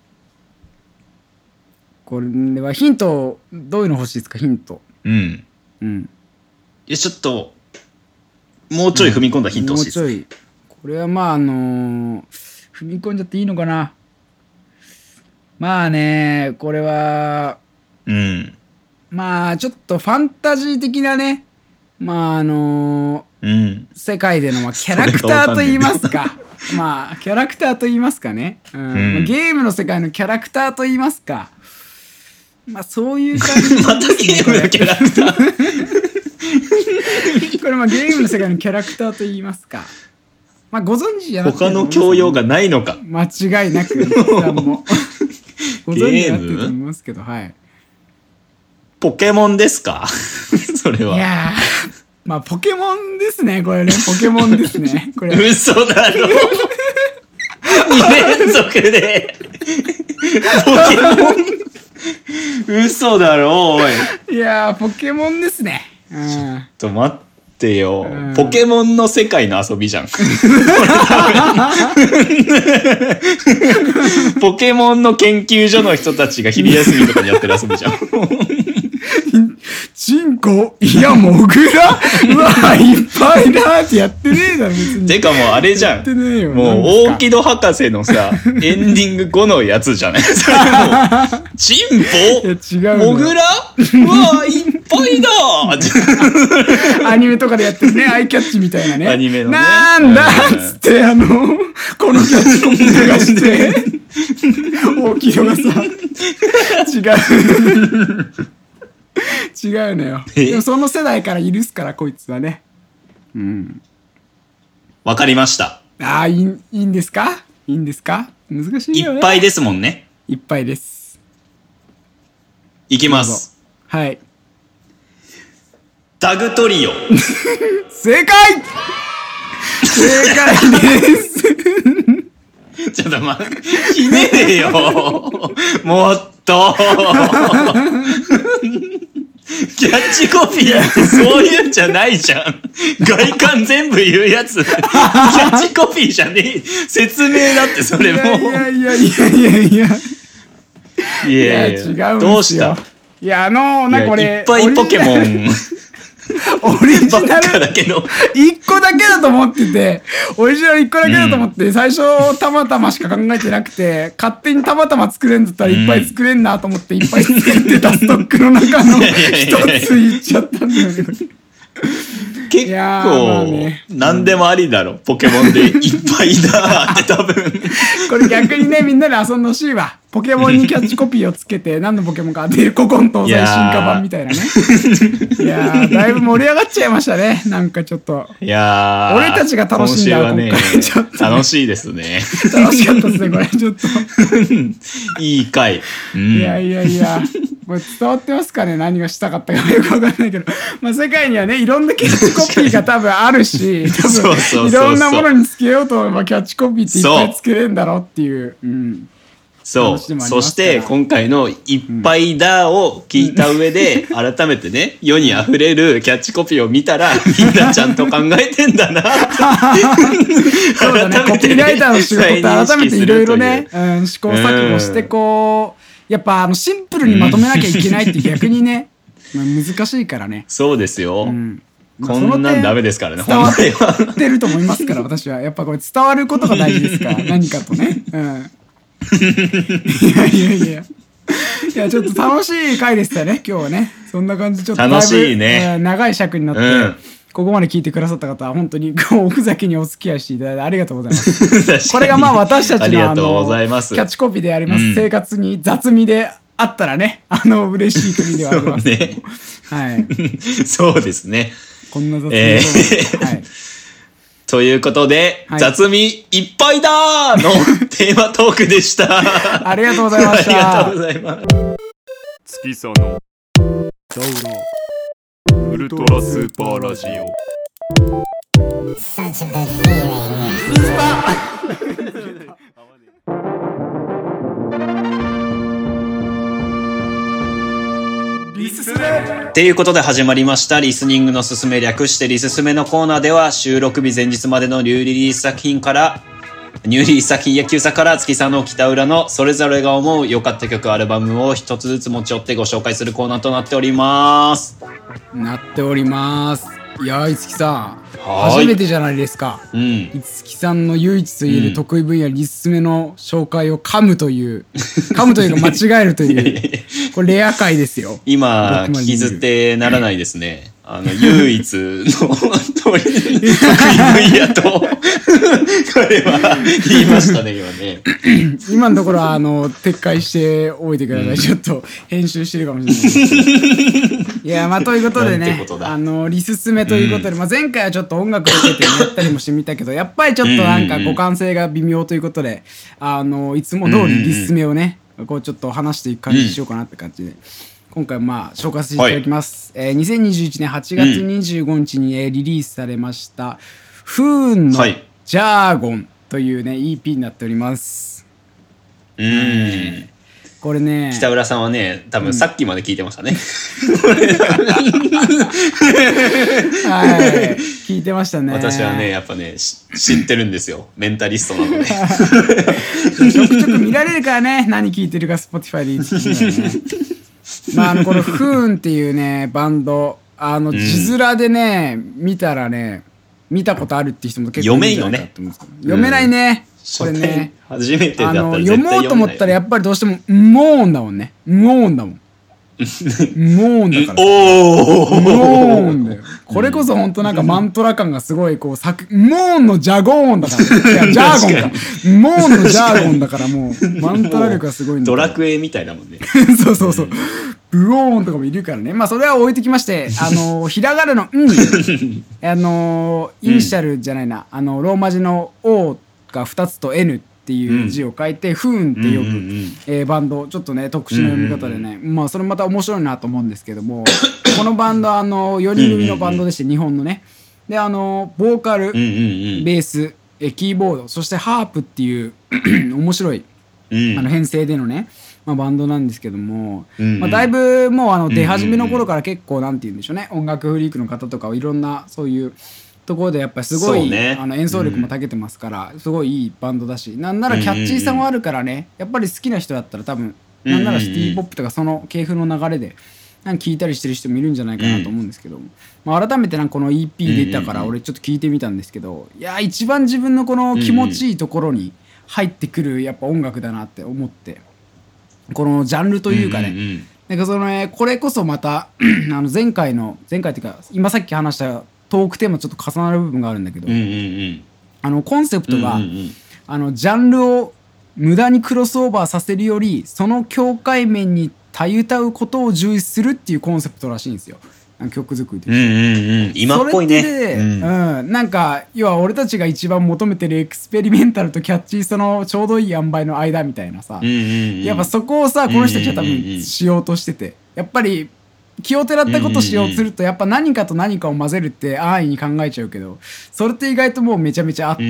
これはヒントどういうの欲しいですかヒント。 うんうんいやちょっともうちょい踏み込んだヒント欲しいです、 うん、もうちょいこれはまああのー、踏み込んじゃっていいのかな。まあねこれはうんまあちょっとファンタジー的なねまああのーうん、 世界でのまあキャラクターと言いますかまあキャラクターと言いますかね、うんうんまあ、ゲームの世界のキャラクターと言いますかまあそういう感じ、ね、 またゲームのキャラクターこれまあゲームの世界のキャラクターと言いますかまあご存知じゃなくて他の教養がないのか間違いなくもご存知だってると思いますけどはいポケモンですかそれは。 いやーまあポケモンですねこれねポケモンですねこれ嘘だろに連続でポケモン嘘だろおい。 いやーポケモンですね。うん、 ちょっと待ってよ、 うん、 ポケモンの世界の遊びじゃんポケモンの研究所の人たちが昼休みとかにやってる遊びじゃんチンコいやモグラうわいっぱいだってやってねえだろ別に。 てかもうあれじゃんもうオーキド博士のさエンディング後のやつじゃないそれもうチンポモグラうわいっぱいだアニメとかでやってるねアイキャッチみたいなねアニメのねなんだっつってあのこのキャッチコピー流して大きいのがさ違う違うのよ。でもその世代から許すからこいつはね。うん。 わかりました。 ああいい、いいんですかいいんですか難しいよね。 いっぱいですもんね。 いっぱいです。 いきます。 はい。 タグトリオ。 正解正解ですちょっと待って、ひねれよ。もっと。キャッチコピーってそういうんじゃないじゃん。外観全部言うやつ。キャッチコピーじゃねえ。説明だってそれも。いやいやいやいやいやいや。 いやいや違うんですよ。どうした？ いやあのー、なんかこれいっぱいポケモン。 オリジナルだけどいっこだけだと思っててオリジナルいっこだけだと思って、うん、最初たまたましか考えてなくて勝手にたまたま作れんだったらいっぱい作れんなと思っていっぱい作ってたストックの中の一つ言っちゃったんだけど結構、ね、何でもありだろポケモンでいっぱいだって多分これ逆にねみんなで遊んでほしいわポケモンにキャッチコピーをつけて何のポケモンかで古今東西進化版みたいなねいやーだいぶ盛り上がっちゃいましたねなんかちょっといやー俺たちが楽しんだ今回、ね、ちょっと、ね、 楽しいですね楽しかったですねこれちょっといい回、 うん、いやいやいやこれ伝わってますかね何がしたかったかよくわかんないけどまあ世界にはねいろんなキャッチコピーが多分あるし多分いろんなものにつけようと思えばキャッチコピーっていっぱいつけれるんだろうっていう、うん、 そうそして今回の「いっぱいだ」を聞いた上で、うん、改めてね世にあふれるキャッチコピーを見たらみんなちゃんと考えてんだなそうだね、コピーライターの仕事って改めていろいろね、うん、試行錯誤してこうやっぱあのシンプルにまとめなきゃいけないって逆にね、まあ、難しいからね。 そうですよ、うんこんなんダメですからね。 伝わってると思いますから私はやっぱこれ伝わることが大事ですから何かとね、うん、いやいやいやいやちょっと楽しい回でしたね今日はね。そんな感じちょっとだいぶ楽しいね、 えー、長い尺になって、うん、ここまで聞いてくださった方は本当に奥崎にお付き合いしていただいてありがとうございますこれがまあ私たちのあのキャッチコピーであります、うん、生活に雑味であったらねあの嬉しい国ではありますけど、ね、はいそうですね。 こんな雑味、えーはい、 ということで、はい、雑味いっぱいだーのテーマトークでしたありがとうございました。 ありがとうございます。 月佐のウルトラスーパーラジオっていうことで始まりましたリスニングのすすめ、略してリススメのコーナーでは、収録日前日までのニューリリース作品からニューリリース作品や旧作から月さんの北裏のそれぞれが思う良かった曲アルバムを一つずつ持ち寄ってご紹介するコーナーとなっておりますなっておりますいやー、いつきさん初めてじゃないですか、うん、いつきさんの唯一と言える得意分野、うん、リススメの紹介を噛むという噛むというか間違えるというこれレア回ですよ。 今聞きずってならないですね。あの唯一の得意分野とこれは言いましたね今ね今のところはあの撤回しておいてください、うん、ちょっと編集してるかもしれないいやまあということでねあのリススメということで、うんまあ、前回はちょっと音楽をつけてやったりもしてみたけどやっぱりちょっとなんか互換性が微妙ということであのいつも通りリススメをねこうちょっと話していく感じにしようかなって感じで、うん今回まあ紹介させていただきます、はいえー、にせんにじゅういちねんはちがつにじゅうごにちに、うん、リリースされましたフーンのジャーゴンというね イーピー になっております。 うん、えー、これね北浦さんはね多分さっきまで聞いてましたね、うん、 はい聞いてましたね。 私はねやっぱね知ってるんですよメンタリストなのでちょくちょく見られるからね何聞いてるか Spotify で言ってるねまあ、あのこのフーンっていうねバンドあの字面でね、うん、見たらね見たことあるっていう人も結構いるんじゃないかと思うんですけど、ね、読めないね、うん、これね初めてだったら絶対読もうと思ったらやっぱりどうしてもモーンだもんねモーンだもんモーンだからおーモーンだよこれこそ本当なんかマントラ感がすごいこうさくモーンのジャゴーンだからいやジャーゴンかモーンのジャーゴンだからもうマントラ力がすごいんだドラクエみたいだもんねそうそうそうブオーンとかもいるからねまあそれは置いてきましてあのひらがなの「ん」あのイニシャルじゃないなあのローマ字の「O」がふたつと「N」っていう字を書いて、うん、フーンって呼ぶ、うんうんうんえー、バンドちょっとね特殊な読み方でね、うんうん、まあそれまた面白いなと思うんですけどもこのバンドはあのよにん組のバンドでして日本のねであのボーカル、うんうんうん、ベースえキーボードそしてハープっていう面白い、うん、あの編成でのね、まあ、バンドなんですけども、うんうんまあ、だいぶもうあの出始めの頃から結構なんて言うんでしょうね音楽フリークの方とかいろんなそういうところでやっぱりすごい、ね、あの演奏力も長けてますから、うん、すごいいいバンドだしなんならキャッチーさもあるからねやっぱり好きな人だったら多分なんならシティポップとかその系譜の流れでなんか聞いたりしてる人もいるんじゃないかなと思うんですけど、うんまあ、改めてなんかこの イーピー 出たから俺ちょっと聞いてみたんですけどいや一番自分のこの気持ちいいところに入ってくるやっぱ音楽だなって思ってこのジャンルというかね、うんうんうん、なんかそのねこれこそまたあの前回の前回っていうか今さっき話したトークテーマちょっと重なる部分があるんだけど、うんうんうん、あのコンセプトが、うんうんうん、あのジャンルを無駄にクロスオーバーさせるよりその境界面にたゆたうことを重視するっていうコンセプトらしいんですよ曲作りで、 うんうんうん、今っぽいねそれで、うんうん、なんか要は俺たちが一番求めてるエクスペリメンタルとキャッチーさのちょうどいい塩梅の間みたいなさ、うんうんうん、やっぱそこをさこの人たちは多分しようとしててやっぱり気をてらったことしようとするとやっぱ何かと何かを混ぜるって安易に考えちゃうけど、それって意外ともうめちゃめちゃあって、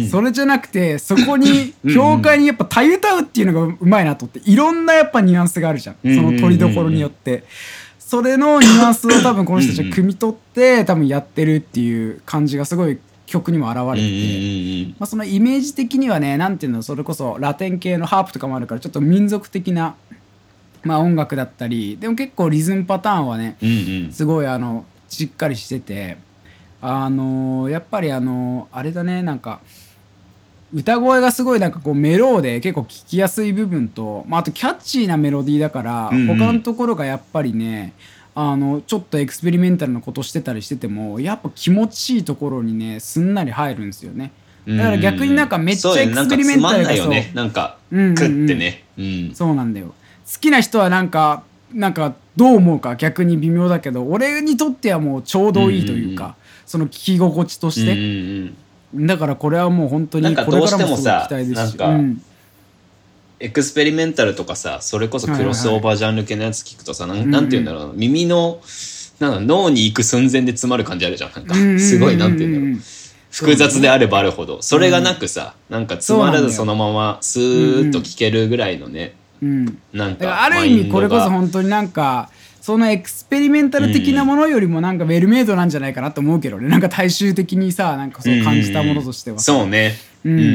それじゃなくてそこに教会にやっぱたゆたうっていうのがうまいなと思って、いろんなやっぱニュアンスがあるじゃん、その取りどころによって。それのニュアンスを多分この人たちは汲み取って多分やってるっていう感じがすごい曲にも現れてて、まあそのイメージ的にはね、なんていうの、それこそラテン系のハープとかもあるからちょっと民族的なまあ音楽だったり、でも結構リズムパターンはね、すごいあのしっかりしてて、あのやっぱりあのあれだね、なんか歌声がすごいなんかこうメローで結構聴きやすい部分と、まあ、あとキャッチーなメロディーだから、うんうん、他のところがやっぱりね、あのちょっとエクスペリメンタルなことしてたりしててもやっぱ気持ちいいところにねすんなり入るんですよね。だから逆になんかめっちゃエクスペリメンタルがそう、 なんかクッてね、 うんうんうん、そうなんだよ。好きな人はなんかなんかどう思うか逆に微妙だけど、俺にとってはもうちょうどいいというか、うんうん、その聴き心地として、うんうんうん、だからこれはもう本当にこれからもすごい期待ですし、 なんかどうしてもさ、なんかエクスペリメンタルとかさ、それこそクロスオーバージャンル系のやつ聞くとさ、はいはいはい、なんて言うんだろう、うんうん、耳のなんか脳に行く寸前で詰まる感じあるじゃん。なんかすごいなんて言うんだろう、複雑であればあるほどそれがなくさ、なんか詰まらずそのままスーッと聞けるぐらいのね、うんうん、なんかだからある意味これこそ本当になんかそのエクスペリメンタル的なものよりもなんかウェルメイドなんじゃないかなと思うけどね、なんか大衆的にさ、なんかそう感じたものとしては、 うんうん、そうね、 うんうんうん、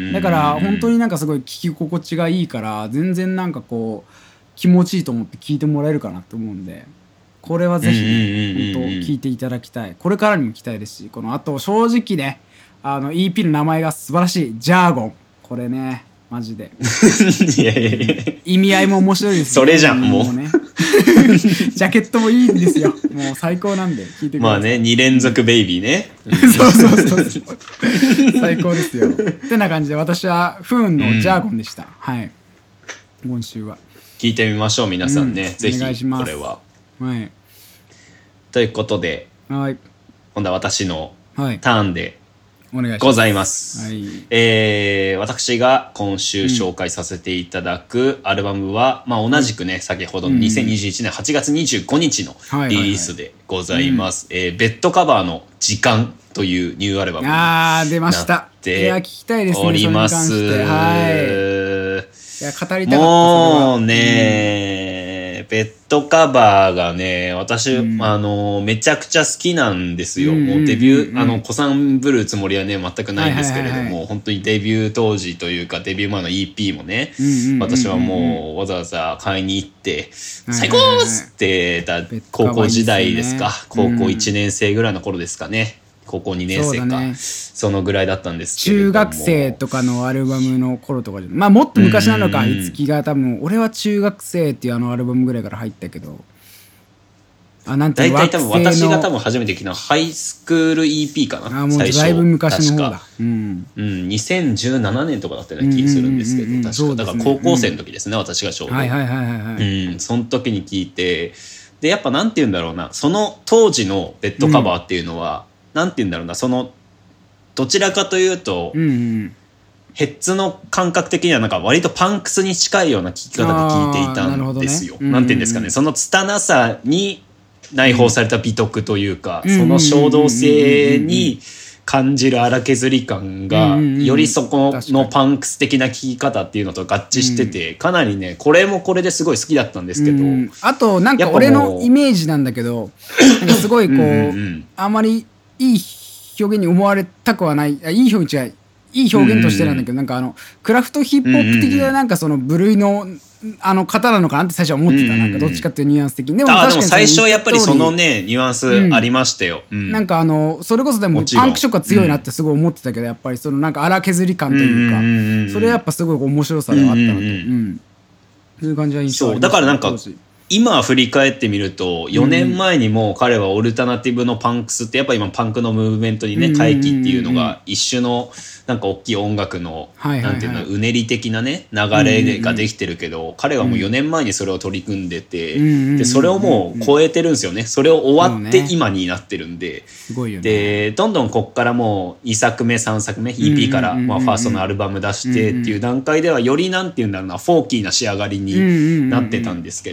だから本当になんかすごい聞き心地がいいから、全然なんかこう気持ちいいと思って聞いてもらえるかなと思うんで、これはぜひ、ね、本当聞いていただきたい。これからにも期待ですし、このあと正直ね、あの イーピー の名前が素晴らしい、ジャーゴン、これねマジでいやいやいや意味合いも面白いです、ね、 それじゃんもうねジャケットもいいんですよ、もう最高なんで聞いてください。 まあね、に連続ベイビーねそうそうそうそう最高ですよってな感じで、私はフーンのジャーゴンでした、うん、はい今週は聞いてみましょう皆さんね、うん、ぜひお願いします。 これは、 はい、 ということで、 はい、 今度は私のはいターンでございます、はい、えー、私が今週紹介させていただくアルバムは、うん、まあ、同じくね先ほどのにせんにじゅういちねんはちがつにじゅうごにちのリリースでございます。ベッドカバーの時間というニューアルバムになっております。 あー出ました。いや聞きたいですね、それに関して。はい、いや語りたかった。 もうね、うん、ベッドカバーがね私、うん、あのめちゃくちゃ好きなんですよ、うんうんうんうん、もうデビューあの子さんぶるつもりはね全くないんですけれども、はいはいはいはい、本当にデビュー当時というかデビュー前の イーピー もね、うんうんうんうん、私はもうわざわざ買いに行って、うん、最高っつってた高校時代ですか、高校いちねん生ぐらいの頃ですかね、高校にねん生か そ,、ね、そのぐらいだったんですけれども、 中学生とかのアルバムの頃とかで、まあもっと昔なのか、いつきが多分俺は中学生っていうあのアルバムぐらいから入ったけど、 あなんていう大体多分私が多分初めて聞いたのはハイスクール イーピー かな。 あもうだいぶ昔の方だ、 うん、うん、にせんじゅうななねんとかだったような気するんですけど、うんうんうんうん、確か、ね、だから高校生の時ですね、うん、私がちょうど、 はいはいはいはい、 うん、その時に聞いて、でやっぱなんて言うんだろうな、その当時のベッドカバーっていうのは、うん、なんて言うんだろうな、そのどちらかというと、うんうん、ヘッズの感覚的にはなんか割とパンクスに近いような聴き方で聴いていたんですよ。な、ね、なんて言うんですかね、その拙さに内包された美徳というか、うん、その衝動性に感じる荒削り感がよりそこのパンクス的な聴き方っていうのと合致してて、かなりねこれもこれですごい好きだったんですけど、うん、 あとなんか俺のイメージなんだけど、なんかすごいこう、うんうんうん、あまりいい表現に思われたくはない、あいい表現違いいい表現としてなんだけど、うんうん、なんかあのクラフトヒップホップ的ななんかその部類のあの方なのかなって最初は思ってた、うんうん、なんかどっちかっていうニュアンス的に。 でも確かにでも最初はやっぱりそのねニュアンスありましたよ、うん、 なんかあのそれこそでもパンク色が強いなってすごい思ってたけど、やっぱりそのなんか荒削り感というか、うんうんうん、それはやっぱすごい面白さではあったなと、うんうんうん、そういう感じは印象ありました。 そうだからなんか今振り返ってみるとよねんまえにも彼はオルタナティブのパンクスってやっぱ今パンクのムーブメントにね回帰っていうのが一種のなんか大きい音楽のなんていうのうねり的なね流れができてるけど、彼はもうよねんまえにそれを取り組んでて、でそれをもう超えてるんですよね。それを終わって今になってるんで、でどんどんこっからもうにさくめさんさくめ イーピー からまあファーストのアルバム出してっていう段階ではよりなんていうんだろうなフォーキーな仕上がりになってたんですけど、そ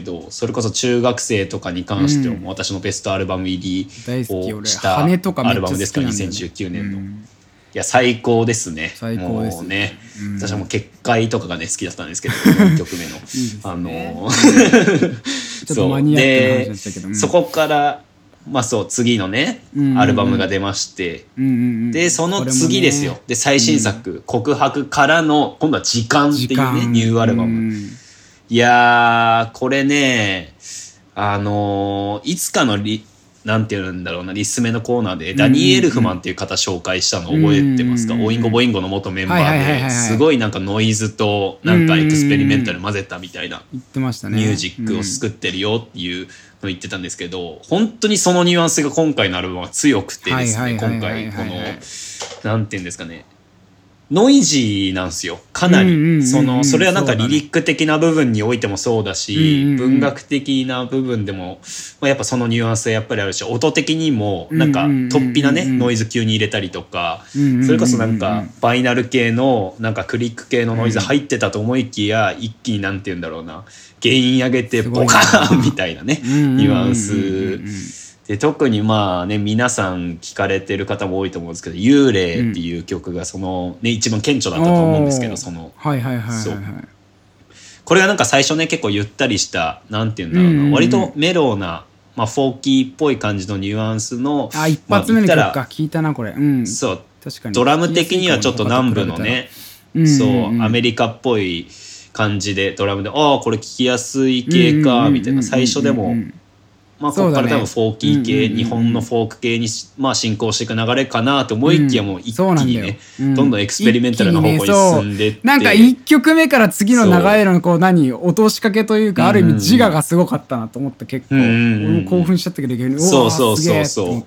それこそ中学生とかに関してはもう私のベストアルバム入りをしたアルバムですから、にせんじゅうきゅうねんの、うん、いや最高ですね。 最高ですもうね、うん、私はもう結界とかがね好きだったんですけどよんきょくめのいいですね、あのちょっとマニアックな話でしたけど、うん、 そこからまあそう次のね、うんうん、アルバムが出まして、うんうんうん、でその次ですよ、ね、で最新作、うん、告白からの今度は時間っていうねニューアルバム、うん、いやーこれねあのー、いつかのリなんていうんだろうなリスメのコーナーでダニー・エルフマンっていう方紹介したの覚えてますか、うんうんうん、オインゴボインゴの元メンバーですごいなんかノイズとなんかエクスペリメンタル混ぜたみたいなミュージックを作ってるよっていうの言ってたんですけど、本当にそのニュアンスが今回のアルバムは強くてですね、今回このなんていうんですかねノイジーなんですよかなり。そのそれはなんかリリック的な部分においてもそうだし、文学的な部分でもやっぱそのニュアンスはやっぱりあるし、音的にもなんか突飛なねノイズ急に入れたりとか、それこそなんかバイナル系のなんかクリック系のノイズ入ってたと思いきや一気になんて言うんだろうな原因上げてボカーンみたいなねニュアンスで、特にまあね皆さん聞かれてる方も多いと思うんですけど、幽霊っていう曲がそのね一番顕著だったと思うんですけど、そのはいはいはいはい、はい、 これがなんか最初ね結構ゆったりしたなんていうんだろうな、うんうん、割とメローな、まあ、フォーキーっぽい感じのニュアンスの、 あ一発目の曲か聞いたなこれ、うん、 そう確かにドラム的にはちょっと南部のね、うんうんうん、そうアメリカっぽい感じでドラムでああこれ聴きやすい系かみたいな、最初でもまあここから多分フォーキー系、日本のフォーク系にまあ進行していく流れかなと思いきやもう一気にねどんどんエクスペリメンタルな方向に進んでって、 なんかいっきょくめから次の流れのこう何落としかけというか、ある意味自我がすごかったなと思って結構俺も興奮しちゃったけど、逆にそうそうそうそう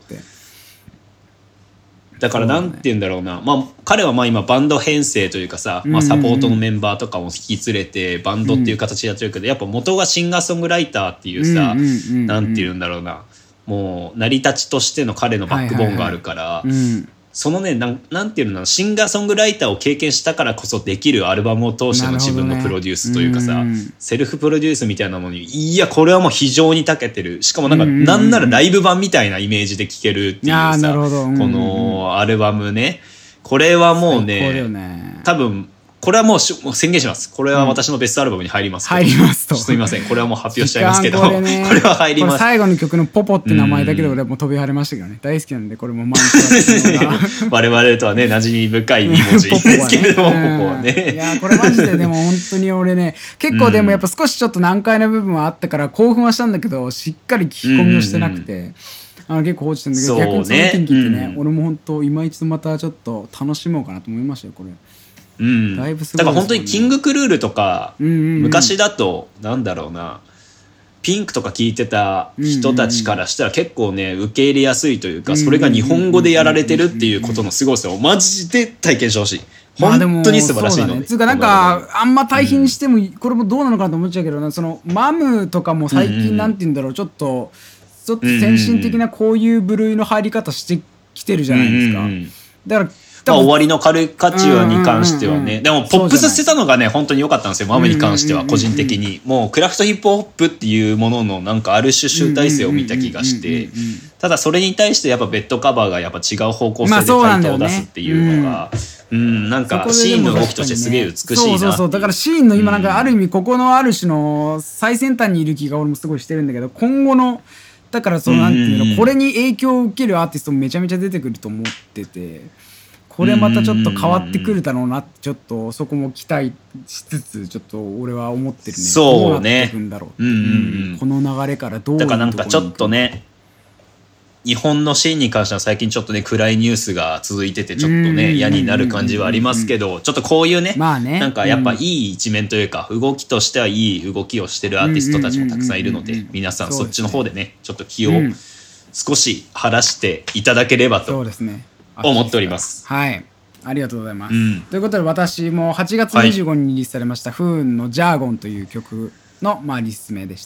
だからなんて言うんだろうな、まあ彼はまあ今バンド編成というかさ、まあ、サポートのメンバーとかも引き連れてバンドっていう形でやってるけど、やっぱ元がシンガーソングライターっていうさ、なんて言うんだろうな、もう成り立ちとしての彼のバックボーンがあるから、そのねなん、なんていうのシンガーソングライターを経験したからこそできるアルバムを通しての自分のプロデュースというかさ、ね、セルフプロデュースみたいなものにいやこれはもう非常に長けてる、しかもなんか、うんうんうん、なんならライブ版みたいなイメージで聴けるっていうさ、うんうん、このアルバムね、これはもう ね, ね多分これはもう宣言します。これは私のベストアルバムに入ります。 入りますと。 すみません。これはもう発表しちゃいますけど、これ、ね、これは入ります。 最後の曲のポポって名前だけで俺も飛び跳ねましたけどね。大好きなんでこれも満喫我々とはね馴染み深いに文字ですけれども、ポポはね。 いやこれマジででも本当に俺ね結構でもやっぱ少しちょっと難解な部分はあったから興奮はしたんだけど、しっかり聞き込みをしてなくて。うんうんあの結構放置したんだけど、ね、逆にその天気ってね、うん、俺も本当今一度またちょっと楽しもうかなと思いましたよこれ。 うん、だいぶすごいですよね。だから本当にキングクルールとか、うんうんうん、昔だとなんだろうなピンクとか聞いてた人たちからしたら結構ね受け入れやすいというか、それが日本語でやられてるっていうことのすごさをマジで体験してほしい。本当に素晴らしいので、まあ、 つうかなんかあんま対比にしてもこれもどうなのかなと思っちゃうけどな、そのマムとかも最近なんて言うんだろう、ちょっとちょっと先進的なこういう部類の入り方してきてるじゃないですか、うんうんうん、だからまあ、終わりのカルカチュアに関してはね、でもポップスしてたのがね本当に良かったんですよ、マムに関しては個人的に。もうクラフトヒップホップっていうもののなんかある種集大成を見た気がして、ただそれに対してやっぱベッドカバーがやっぱ違う方向性でタイトを出すっていうのが、うん、なんかシーンの動きとしてすげえ美しいな。 そうそうそう、だからシーンの今なんかある意味ここのある種の最先端にいる気が俺もすごいしてるんだけど、今後のだからそのなんていうのこれに影響を受けるアーティストもめちゃめちゃ出てくると思ってて、これまたちょっと変わってくるだろうなってちょっとそこも期待しつつちょっと俺は思ってるね。 そうね。どうなっていくんだろうって、うんうんうん、この流れからどういうところに。 だからなんかちょっとね日本のシーンに関しては最近ちょっとね暗いニュースが続いててちょっとね嫌になる感じはありますけど、ちょっとこういうね、まあねなんかやっぱいい一面というか動きとしてはいい動きをしてるアーティストたちもたくさんいるので、皆さんそっちの方でねちょっと気を少し晴らしていただければと思っております。 はい、ありがとうございます、うん、ということで私もはちがつにじゅうごにちにリリースされました、はい、フーンのジャーゴンという曲のまあリス名でした。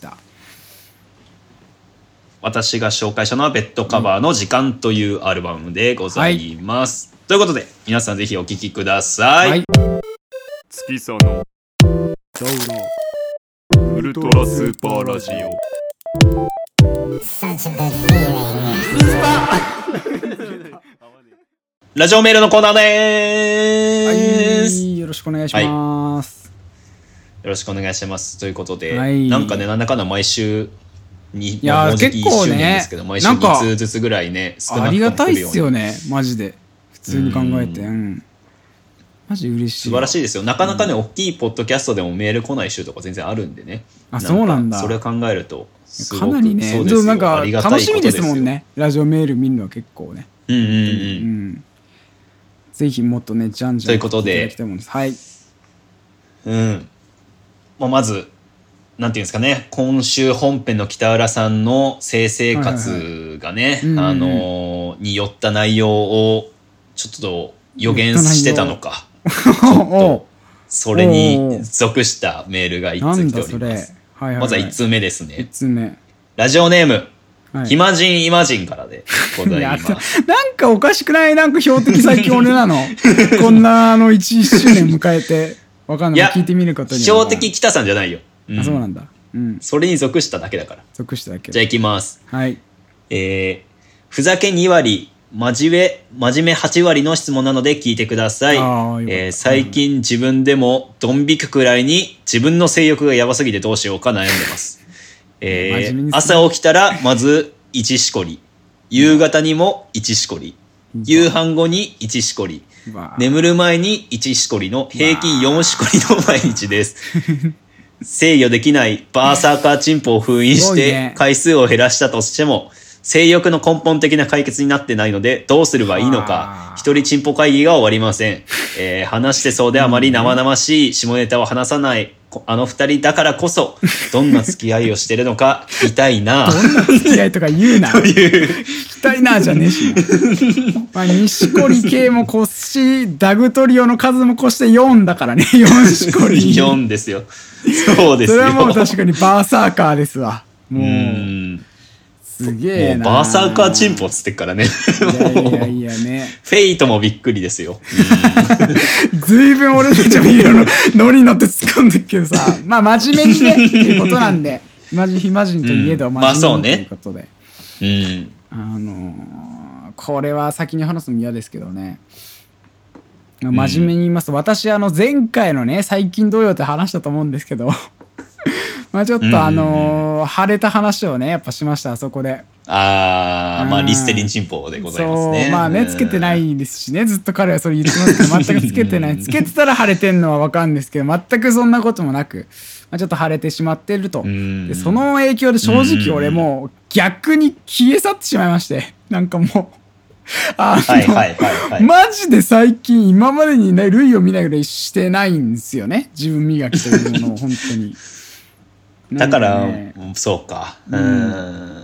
私が紹介したのはベッドカバーの時間というアルバムでございます、はい、ということで皆さんぜひお聴きください、はい、 月そのウルトラスーパーラジオ。 ラジオメールのコーナーでーす、 はい、よろしくお願いします、 はい、よろしくお願いしますということで、 はい、 なんかねなんだかんだ毎週にいやもうじきいっしゅうねんですけど、 ね、 毎週に通ずつぐらいね少なくとも来るようにありがたいっすよねマジで普通に考えて、うん、うん、マジ嬉しい。 素晴らしいですよ。なかなかね、うん、大きいポッドキャストでもメール来ない週とか全然あるんでね。 あ、そうなんだ。 それを考えるとすごくかなりね、 そうですよ、 なんかありがたいことですよ。 楽しみですもんね。ラジオメール見るのは結構ね。 うんうんうん。うん、 ぜひもっとね、じゃんじゃんということで、 いただきたいものです。はい。 うん。まあ、まずなんていうんですかね、今週本編の北浦さんの性生活がね、あのー、によった内容をちょっと予言してたのか。ちょっとそれに属したメールがいっつ来ております。はいはいはい、まずはいっつうめですね。 いっつうめ。 ラジオネーム、はい、ヒマジンイマジンからでございます。 なんかおかしくない？なんか標的最近俺なのこんなあの いち, いっしゅうねん迎えてわかんない。聞いてみることには。 標的北さんじゃないよ。 うん、あ、そうなんだ。うん。 それに属しただけだから。 属しただけ。 じゃあ行きます。 はい。 えー、ふざけに割、真面目、真面目はち割の質問なので聞いてください。えー、最近自分でもドン引くくらいに自分の性欲がやばすぎてどうしようか悩んでます。えー、朝起きたらまずいちしこり、夕方にもいちしこり、夕飯後にいちしこり、眠る前にいちしこりの平均よんしこりの毎日です。制御できないバーサーカーチンポを封印して回数を減らしたとしても性欲の根本的な解決になってないのでどうすればいいのか一人チンポ会議が終わりません、えー、話してそうであまり生々しい下ネタを話さないあの二人だからこそどんな付き合いをしてるのか聞きたいなどんな付き合いとか言うな聞きたいなじゃねえしまあ錦織系も腰ダグトリオの数も越してよんだからねよんしこりよんですよそうですよ。 それはもう確かにバーサーカーですわ。もう、うんすげえな。 もうバーサーカーチンポっつってっからね。 いやいやいやね。 フェイトもびっくりですよ。 ずいぶん俺たちもいろいろノリ乗って突っ込んでるけどさ、まあ真面目にねっていうことなんで、マジヒマジンといえど真面目にということで。 うんまあそうね、 うん、あのー、これは先に話すの嫌ですけどね。真面目に言いますと、うん、私あの前回のね最近どうよって話したと思うんですけどまあちょっとあのー、晴れた話をねやっぱしましたあそこで。 ああまあリステリンチンポでございますね。 そうまあねつけてないですしねずっと彼はそれ言ってますけど全くつけてないつけてたら晴れてんのは分かるんですけど全くそんなこともなく、まあ、ちょっと晴れてしまってると。でその影響で正直俺もう逆に消え去ってしまいましてなんかもうあの、はいはいはいはい、マジで最近今までにね類を見ないぐらいしてないんですよね自分磨きというものを本当にだから、ね、そうか、うん、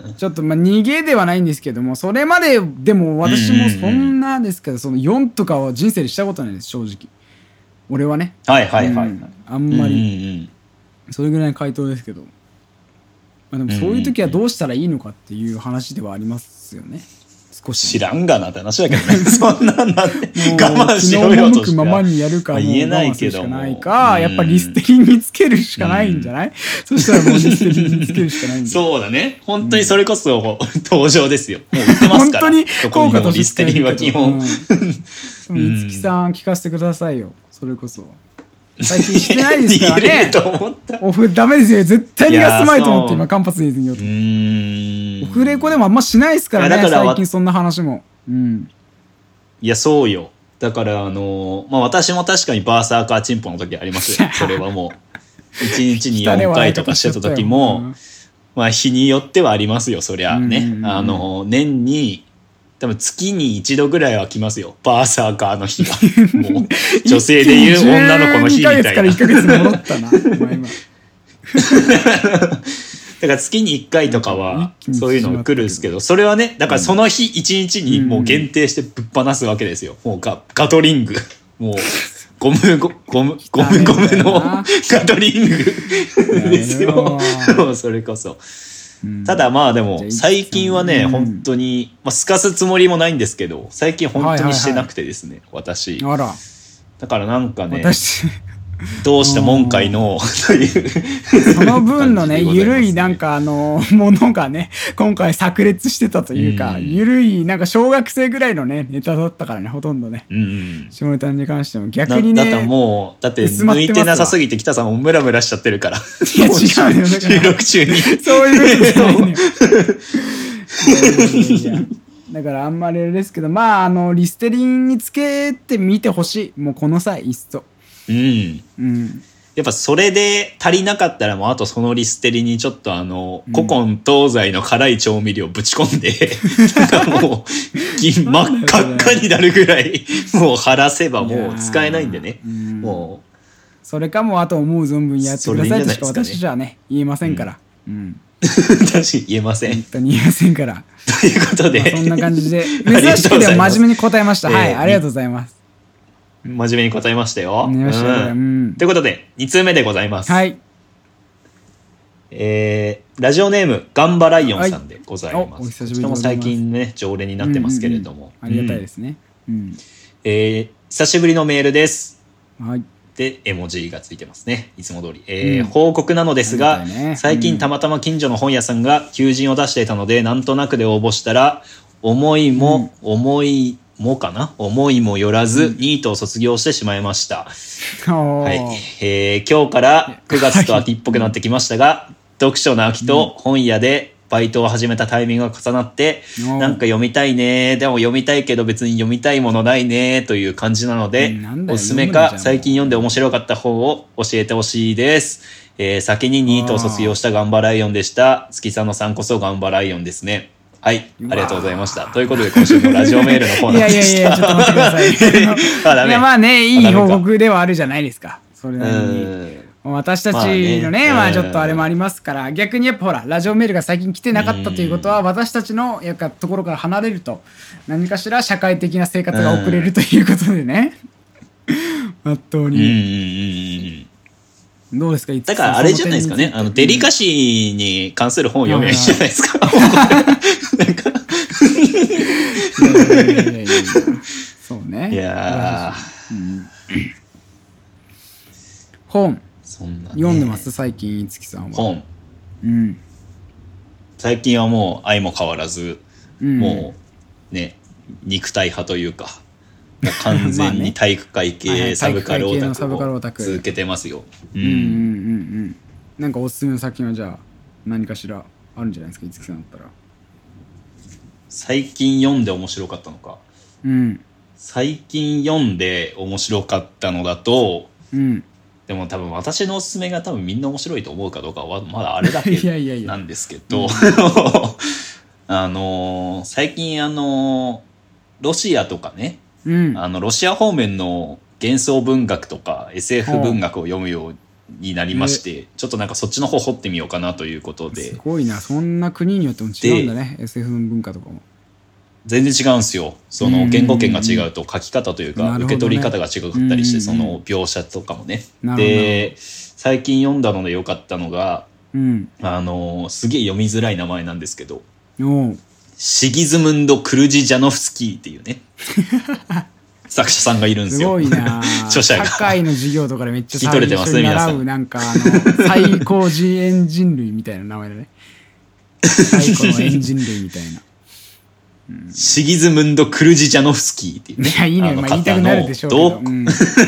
ちょっとまあ逃げではないんですけどもそれまででも私もそんなですけど、うんうん、そのよんとかは人生でしたことないです正直俺はねはいはいはい、うん、 あんまり、うんうん、それぐらいの回答ですけど、まあ、でもそういう時はどうしたらいいのかっていう話ではありますよね。 知らんがなって話だけどねそんなんなんて我慢しようよとしかままにやるかもう言えないけど我慢するしかないかやっぱリステリンにつけるしかないんじゃない、うん、そしたらもうリステリンにつけるしかないんだそうだね本当にそれこそ、うん、登場ですよもう言ってますから本当に効果としてリステリンは基本いつきさん聞かせてくださいよそれこそ最近してないですからねオフダメですよ絶対にガスまいと思って今間髪入れずに言おうとオフレコでもあんましないですからね最近そんな話も、うん、 いやそうよだからあのー、まあ私も確かにバーサーカーチンポの時ありますよそれはもういちにちによんかいとかしてた時も、うん、まあ日によってはありますよそりゃね、うんうんうん、あのー、年に多分月に一度ぐらいは来ますよバーサーカーの日がもう女性でいう女の子の日みたいなにかげつからいっかげつに戻ったな今だから月にいっかいとかはそういうの来るんですけどそれはねだからその日いちにちにもう限定してぶっ放すわけですよもう ガ, ガトリングもうゴムゴムゴムゴムゴムのガトリングですよもうそれこそただまあでも最近はね、うん、本当に、まあ、すかすつもりもないんですけど最近本当にしてなくてですね、はいはいはい、私あらだからなんかね私どうしたもんかいのというその分のねゆるいなんかあのものがね今回炸裂してたというか、うん、ゆるいなんか小学生ぐらいのねネタだったからねほとんどね、うん、下ネタに関しても逆にねだってもうだって抜いてなさすぎて北さんもムラムラしちゃってるからいや違うよだから収録中にそういうことじゃないのよいやいやだからあんまりあれですけどまああのリステリンにつけてみてほしいもうこの際いっそうん、うん、やっぱそれで足りなかったらもうあとそのリステリにちょっとあの、うん、古今東西の辛い調味料ぶち込んでなんかもう真っ赤っかになるぐらいもう晴らせばもう使えないんでね、うん、もうそれかもうあと思う存分やってくださいとしか私じゃね言えませんから、うんうん確かに言えません本当に言えませんからということで、 まあ、そんな感じで珍しくでも真面目に答えましたはい、えー、ありがとうございます真面目に答えましたよ、 ましたうん、 ということでに通目でございますはいえー、ラジオネームガンバライオンさんでございます、はい、お久しぶりでございます。 も最近ね常連になってますけれども、 うんうんうん、ありがたいですね、うん、 えー、久しぶりのメールです、 はいで絵文字がついてますねいつも通り、えーうん、報告なのですが、ね、最近たまたま近所の本屋さんが求人を出していたので、うん、なんとなくで応募したら思いも、うん、思いもかな思いもよらず、うん、ニートを卒業してしまいました、はいえー、今日からくがつと秋っぽくなってきましたが読書の秋と本屋でバイトを始めたタイミングが重なって、うん、なんか読みたいねでも読みたいけど別に読みたいものないねという感じなので、うん、おすすめか最近読んで面白かった本を教えてほしいです、えー、先にニートを卒業したガンバライオンでした。月さんのさんこそガンバライオンですね。はい、ありがとうございました。ということで今週のラジオメールのコーナーでした。いやいやいやちょっと待ってください。 いやまあねいい報告ではあるじゃないですか。それなりに私たちのね、まあね、まあちょっとあれもありますから、逆にやっぱほらラジオメールが最近来てなかったということは、私たちのやっぱところから離れると何かしら社会的な生活が遅れるということでね、まっとうにどうですか。 だからあれじゃないですかね、あのデリカシーに関する本を読めばいいじゃないですか。なんかそうね。 いやー、うん、 本そんな、ね、 読んでます最近いつきさんは。 本、 うん、 最近はもう相も変わらず、うん、もうね肉体派というか完全に体育会系サブカルオタクを続けてますよ。 うんうんうんうん。なんかおすすめの作品はじゃあ何かしらあるんじゃないですかいつきさんだったら。 最近読んで面白かったのか。 うん。 最近読んで面白かったのだと。 うん。 でも多分私のおすすめが多分みんな面白いと思うかどうかはまだあれだけなんですけどあのー、最近あのー、ロシアとかね、うん、あのロシア方面の幻想文学とか エスエフ 文学を読むようになりまして、ちょっとなんかそっちの方掘ってみようかなということで。 すごいな、そんな国によっても違うんだね エスエフ の文化とかも。 全然違うんですよ。その言語圏が違うと書き方というか受け取り方が違かったりして、その描写とかもね。で最近読んだので良かったのが、 うん、 あのすげえ読みづらい名前なんですけど、シギズムンド・クルジジャノフスキーっていうね作者さんがいるんですよ。 すごいな著者が社会の授業とかでめっちゃ最初に習うなんかあの最高次エンジン類みたいな名前だね最高のエンジン類みたいなうん、シギズムンド・クルジジャノフスキーっていうね、 いやいいね、まあ、言いたくなるでしょうけど、うん、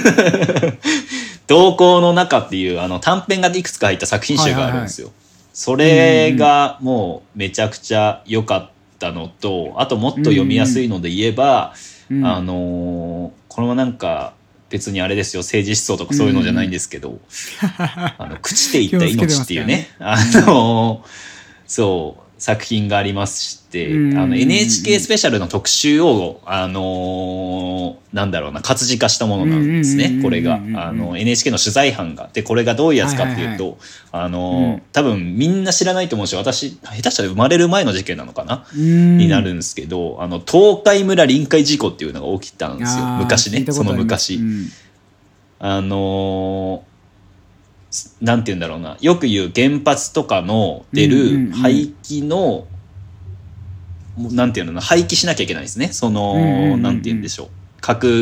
同行の中っていうあの短編がいくつか入った作品集があるんですよ、はいはいはい、それがもうめちゃくちゃ良かったのと、あともっと読みやすいので言えば、うんうん、あのー、これもなんか別にあれですよ政治思想とかそういうのじゃないんですけど、うん、あの朽ちていった命っていうね、あのー、そう作品がありまして、あの エヌエイチケー スペシャルの特集を、あのー、なんだろうな活字化したものなんですね。これがあの エヌエイチケー の取材班がで、これがどういうやつかっていうと、はいはいはい、あのーうん、多分みんな知らないと思うし、私下手したら生まれる前の事件なのかなになるんですけど、あの東海村臨海事故っていうのが起きたんですよ昔ね。その昔、うん、あのーなんて言うんだろうな、よく言う原発とかの出る廃棄の、うんうんうん、なんていうのな、廃棄しなきゃいけないですね。その、うんうんうんうん、なんて言うんでしょう、核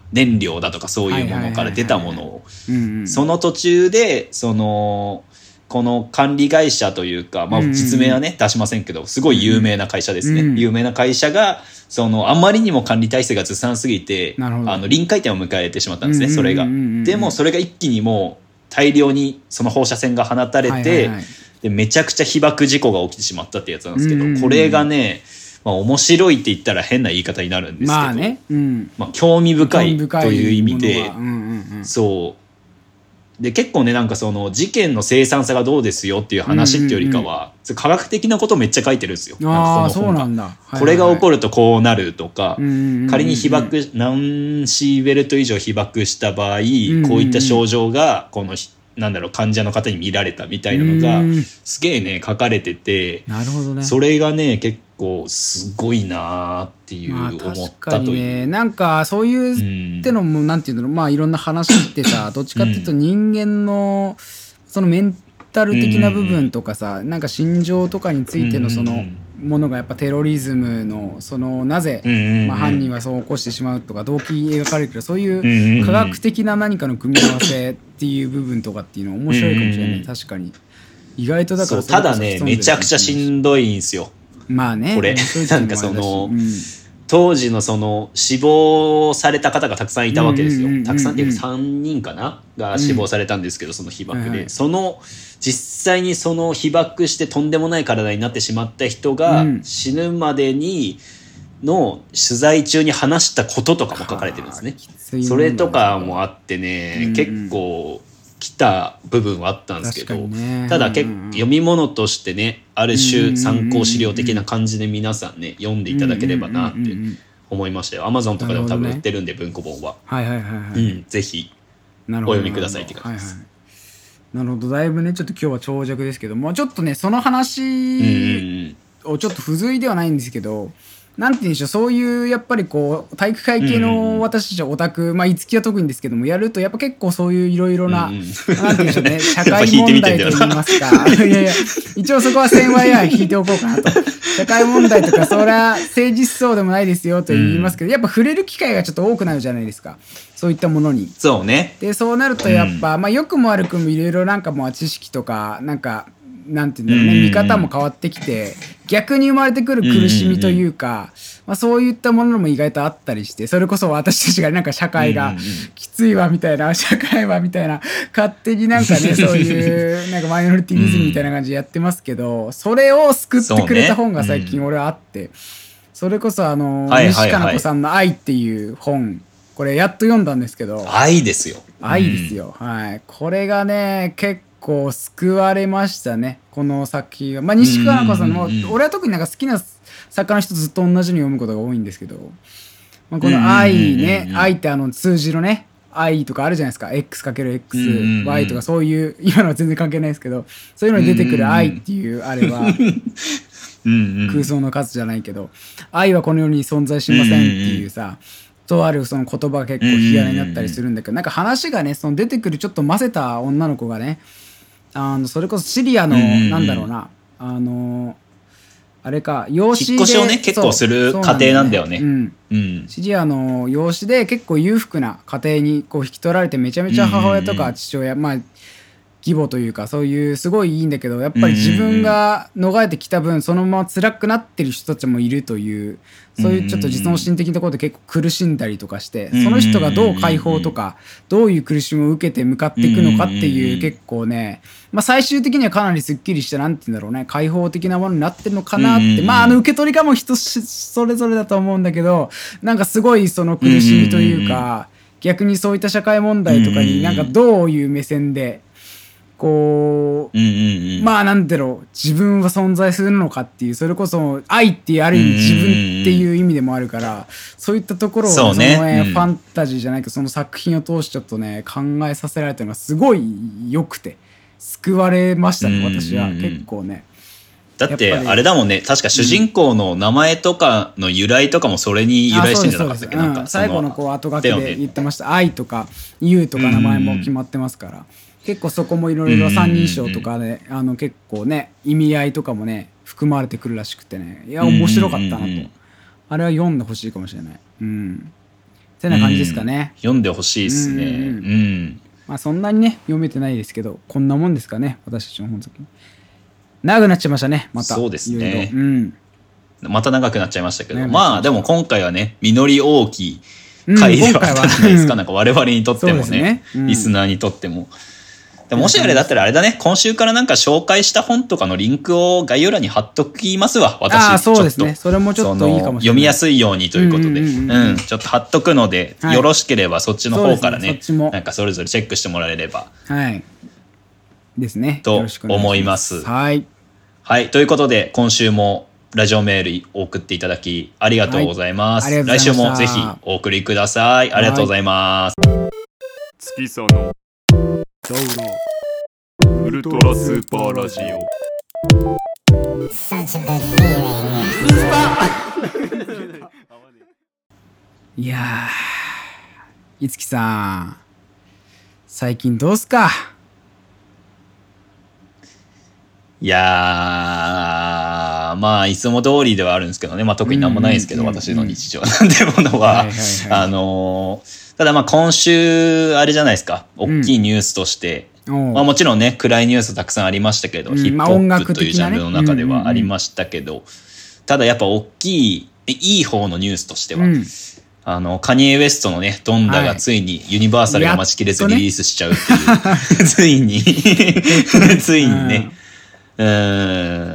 燃料だとかそういうものから出たものをその途中でそのこの管理会社というか、まあ、実名はね出しませんけどすごい有名な会社ですね、うん、有名な会社がそのあまりにも管理体制がずさんすぎてあの臨界点を迎えてしまったんですねそれが。でもそれが一気にもう大量にその放射線が放たれて、はいはいはい、でめちゃくちゃ被爆事故が起きてしまったってやつなんですけど、うんうんうん、これがね、まあ、面白いって言ったら変な言い方になるんですけど、まあねうんまあ、興味深いという意味で、うんうんうん、そうで結構ねなんかその事件の凄惨さがどうですよっていう話っていうよりかは、うんうん、科学的なことをめっちゃ書いてるんですよ。 ああそうなんだ、はいはいはい、 これが起こるとこうなるとか、うんうんうん、仮に被爆何シーベルト以上被爆した場合、うんうんうん、こういった症状がこのなんだろう患者の方に見られたみたいなのがすげえね書かれてて、 なるほどね、 それがね結構すごいなっていう思ったという、まあ、確かにねなんかそういうってのも、うん、なんていうのまあいろんな話ってさどっちかっていうと人間のそのメンタル的な部分とかさ、うん、なんか心情とかについてのそのものがやっぱテロリズムのそのなぜ、まあ、犯人はそう起こしてしまうとか動機描かれるけどそういう科学的な何かの組み合わせっていう部分とかっていうのは面白いかもしれない、確かに意外とだからそうただねめちゃくちゃしんどいんですよまあねこれなんかその、うん、当時のその死亡された方がたくさんいたわけですよ、たくさんっていうかさんにんかなが死亡されたんですけど、うん、その被爆で、はいはい、その実際にその被爆してとんでもない体になってしまった人が死ぬまでにの取材中に話したこととかも書かれてるんですね。それとかもあってね、うん、結構来た部分はあったんですけど、ね、ただ結構読み物としてねある種参考資料的な感じで皆さんね読んでいただければなって思いましたよ。 Amazon とかでも多分売ってるんで、文庫本は、はいはいはいはい、うん、ぜひお読みくださいって感じです。 なるほど、だいぶねちょっと今日は長尺ですけどもちょっとねその話をちょっと付随ではないんですけど、なんて言うんでしょうそういうやっぱりこう体育会系の私たちはオタク、まあ五木は特にですけどもやるとやっぱ結構そういういろいろな、うんうん、なんて言うんでしょうね社会問題といいますかいやいや一応そこは線はや引いておこうかなと社会問題とかそれは誠実そうでもないですよと言いますけど、やっぱ触れる機会がちょっと多くなるじゃないですかそういったものに。 そうね。 でそうなるとやっぱ、うんまあ、良くも悪くもいろいろなんかもう知識とかなんかなんていうんだろうね見方も変わってきて逆に生まれてくる苦しみというか、まあ、そういったものも意外とあったりして、それこそ私たちがなんか社会がきついわみたいな社会はみたいな勝手になんかねそういうなんかマイノリティリズムみたいな感じでやってますけど、それを救ってくれた本が最近俺はあって、それこそあの西加奈子さんの愛っていう本、これやっと読んだんですけど、 愛ですよ愛ですよ、はい、これがね結構こう救われましたねこの作品は。まあ西加奈子さんも俺は特になんか好きな作家の人ずっと同じの読むことが多いんですけど、まあ、この愛ね愛ってあの数字のね愛とかあるじゃないですか エックスかけるエックスワイ とかそういう今のは全然関係ないですけどそういうのに出てくる愛っていうあれは空想の数じゃないけど愛はこの世に存在しませんっていうさとあるその言葉が結構引き金になったりするんだけど、なんか話がねその出てくるちょっと混ぜた女の子がねあのそれこそシリアのなんだろうなあのあれか養子で引っ越しをね結構する家庭なんだよね。うんうん、シリアの養子で結構裕福な家庭にこう引き取られてめちゃめちゃ母親とか父親、まあ義母というかそういうすごいいいんだけどやっぱり自分が逃れてきた分そのまま辛くなってる人たちもいるというそういうちょっと実存心的なところで結構苦しんだりとかしてその人がどう解放とかどういう苦しみを受けて向かっていくのかっていう結構ねまあ最終的にはかなりすっきりしたなんて言うんだろうね解放的なものになってるのかなってまああの受け取りかも人それぞれだと思うんだけどなんかすごいその苦しみというか逆にそういった社会問題とかになんかどういう目線でこう、うんうんうん、まあなんだろう自分は存在するのかっていうそれこそ愛っていうある意味自分っていう意味でもあるからそういったところをその、ねそのねうん、ファンタジーじゃないけどその作品を通してちょっとね考えさせられたのがすごい良くて救われましたね私は結構ね。 だってあれだもんね確か主人公の名前とかの由来とかもそれに由来してんじゃなかったっけ、なんか最後のこう後書きで言ってました、ね、愛とか優とか名前も決まってますから、うんうん結構そこもいろいろ三人称とかであの結構ね意味合いとかもね含まれてくるらしくてねいや面白かったなとあれは読んでほしいかもしれない、うん、 てな感じですかね、 うん、読んでほしいですね。うん、うん、 まあそんなにね読めてないですけど、こんなもんですかね、私たちの本好き。長くなっちゃいましたね、また。 そうですね、 うん、 また長くなっちゃいましたけど、まあでも今回はね実り大きい回ではあったんじゃないですか、うん、なんか我々にとっても ね, ね、うん、リスナーにとっても。でもしあれだったらあれだね、今週からなんか紹介した本とかのリンクを概要欄に貼っときますわ、私。 ああ、そうですね。それもちょっといいかもしれない。 読みやすいようにということで、うん、うんうん、ちょっと貼っとくので、はい、よろしければそっちの方から ね, ねなんかそれぞれチェックしてもらえれば。 はい。ですね。 と思います。 はい。 はい。ということで、今週もラジオメールを送っていただきありがとうございます。はい、来週もぜひお送りください。ありがとうございます。 月佐のウルトラスーパーラジオ。 いやー、いつきさん、最近どうすか？ いやー、まあいつも通りではあるんですけどね、まあ特になんもないですけど、私の日常なんてものは、あのー、ただまあ今週あれじゃないですか、大きいニュースとして、うん、まあもちろんね暗いニュースたくさんありましたけど、うん、ヒップホップというジャンルの中ではありましたけど、ただやっぱ大きいいい方のニュースとしては、うん、あのカニエ・ウエストのねドンダがついにユニバーサルが待ちきれずリリースしちゃうっていう、ね、ついについにね、うん、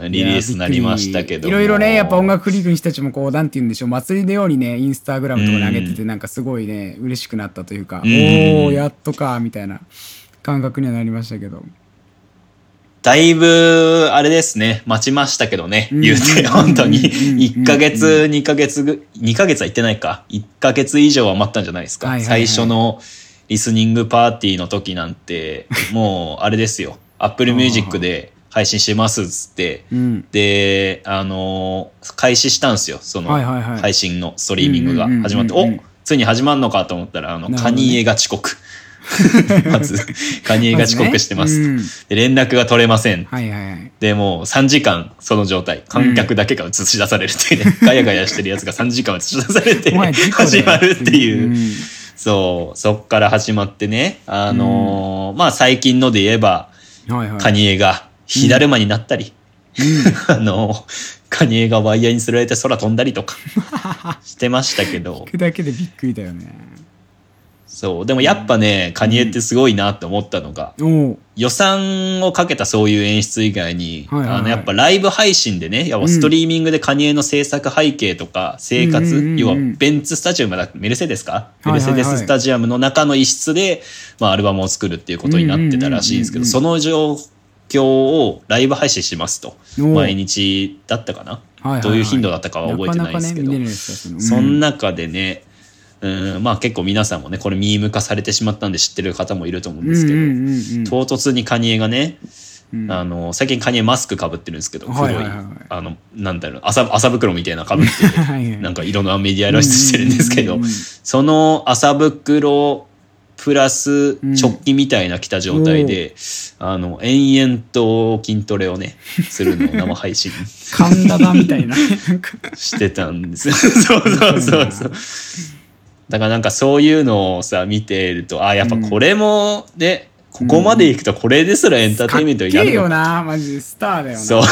リリースになりましたけども、 いろいろねやっぱ音楽フリークの人たちもこうなんて言うんでしょう、祭りのようにねインスタグラムとかに上げてて、うん、なんかすごいね嬉しくなったというか、うん、おーやっとかみたいな感覚にはなりましたけど、 だいぶあれですね、待ちましたけどね、言うて本当にいっかげつにかげつにかげつは行ってないか、いっかげつ以上は待ったんじゃないですか、はいはいはい、最初のリスニングパーティーの時なんてもうあれですよApple Music で配信しますっつって、うん、であの開始したんですよ、その配信のストリーミングが始まって、おついに始まるのかと思ったらあの、ね、カニエが遅刻まずカニエが遅刻してます、ね、うん、で連絡が取れません、はいはいはい、でもうさんじかんその状態、観客だけが映し出されるっていうね、うん、ガヤガヤしてるやつがさんじかん映し出されて始まるっていう、うんうん、そうそっから始まってね、あのーうん、まあ最近ので言えば、はいはい、カニエが火だるまになったり、うん、あのカニエがワイヤーに吊られて空飛んだりとかしてましたけど聞くだけでびっくりだよね。 そうでもやっぱね、うん、カニエってすごいなって思ったのが、うん、予算をかけたそういう演出以外に、はいはいはい、あのやっぱライブ配信でね、やっぱストリーミングでカニエの制作背景とか生活、うん、要はベンツスタジアムだメルセデスか、メルセデススタジアムの中の一室で、まあ、アルバムを作るっていうことになってたらしいんですけど、その状況をライブ配信しますと、毎日だったかな、はいはいはい、どういう頻度だったかは覚えてないですけど、なかなかね、見れないですよ、うん、その中でね、うん、まあ結構皆さんもねこれミーム化されてしまったんで知ってる方もいると思うんですけど、うんうんうんうん、唐突にカニエがね、うん、あの最近カニエマスクかぶってるんですけど、黒い、はいはいはい、あのなんだろう 麻, 麻袋みたいなかぶってはいはい、なんか色のメディア露出してるんですけど、うんうんうんうん、その麻袋プラス直帰みたいな着た状態で、うん、あの延々と筋トレをねするのを生配信神田だみたいなしてたんですよそうそうそうそう、だからなんかそういうのをさ見てると、あやっぱこれもね、うん、ここまでいくとこれですらエンターテインメントになるのか、 かっけえよな、マジでスターだよな。 そう、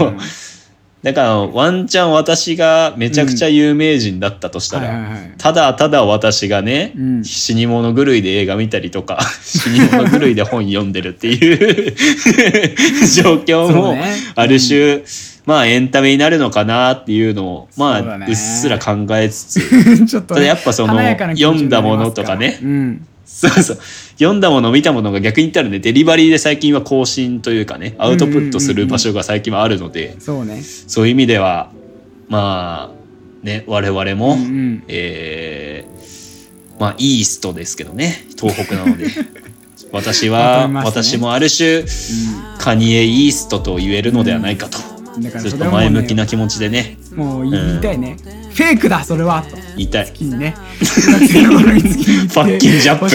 うん、だからワンチャン私がめちゃくちゃ有名人だったとしたら、うんはいはいはい、ただただ私がね、うん、死に物狂いで映画見たりとか死に物狂いで本読んでるっていう状況もある種、ね、うん、まあエンタメになるのかなっていうのをまあうっすら考えつつちょっと、ね、やっぱその読んだものとかね、うん、そうそう読んだもの見たものが逆に言ったらねデリバリーで最近は更新というかねアウトプットする場所が最近はあるので、うんうんうんうん、そうね、そういう意味ではまあね我々も、うんうん、えー、まあイーストですけどね東北なので私は、ね、私もある種、うん、カニエイーストと言えるのではないかと、うん、ずっと前向きな気持ちでね、 もう言いたいね、うん、フェイクだそれはと言いたい。 月にね月の頃に月に行ってファッキンジャップ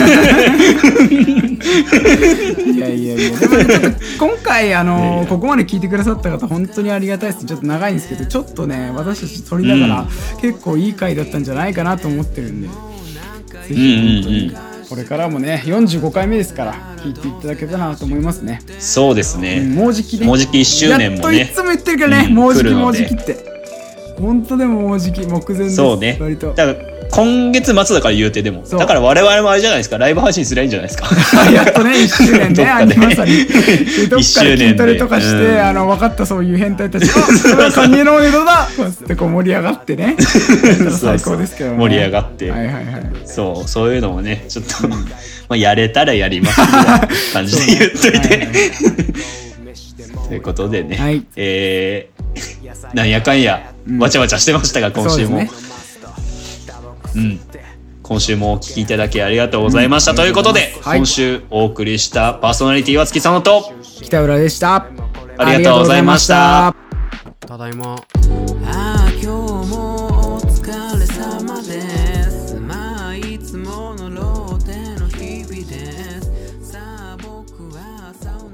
いやいやいや、でもね、ちょっと今回あのー、いやいやここまで聞いてくださった方本当にありがたいです。ちょっと長いんですけど、ちょっとね私たち撮りながら、うん、結構いい回だったんじゃないかなと思ってるんで、ぜひ本当にこれからもねよんじゅうごかいめですから聞いていただけたらなと思いますね。 そうですね、 うん、もうじきね、 もうじきいっしゅうねんもね、 やっといつも言ってるけどね、うん、もうじきもうじきって本当でももうじき目前です。 そうね、 割とだから今月末だから言うて、でもだから我々もあれじゃないですか、ライブ配信すりゃいいんじゃないですかやっとねいっしゅうねんねアニバーサリーどっかで筋トレとかして、うん、あの分かったそういう変態たちあそれはカニエのネタだってこう盛り上がってね最高ですけどね、 盛り上がって、 はいはいはい、 そうそういうのもねちょっと、うんまあ、やれたらやりますみたいな感じで言っといて、はいはいはいということでね、はい、えー、なんやかんやわちゃわちゃしてましたが、今週も、うん、今週もお聞きいただきありがとうございました、うん、ということで、はい、今週お送りしたパーソナリティは月佐野と北浦でした。 ありがとうございました。 ただいま。あー今日もお疲れ様です。まあいつものローテの日々です。さあ僕はサウナ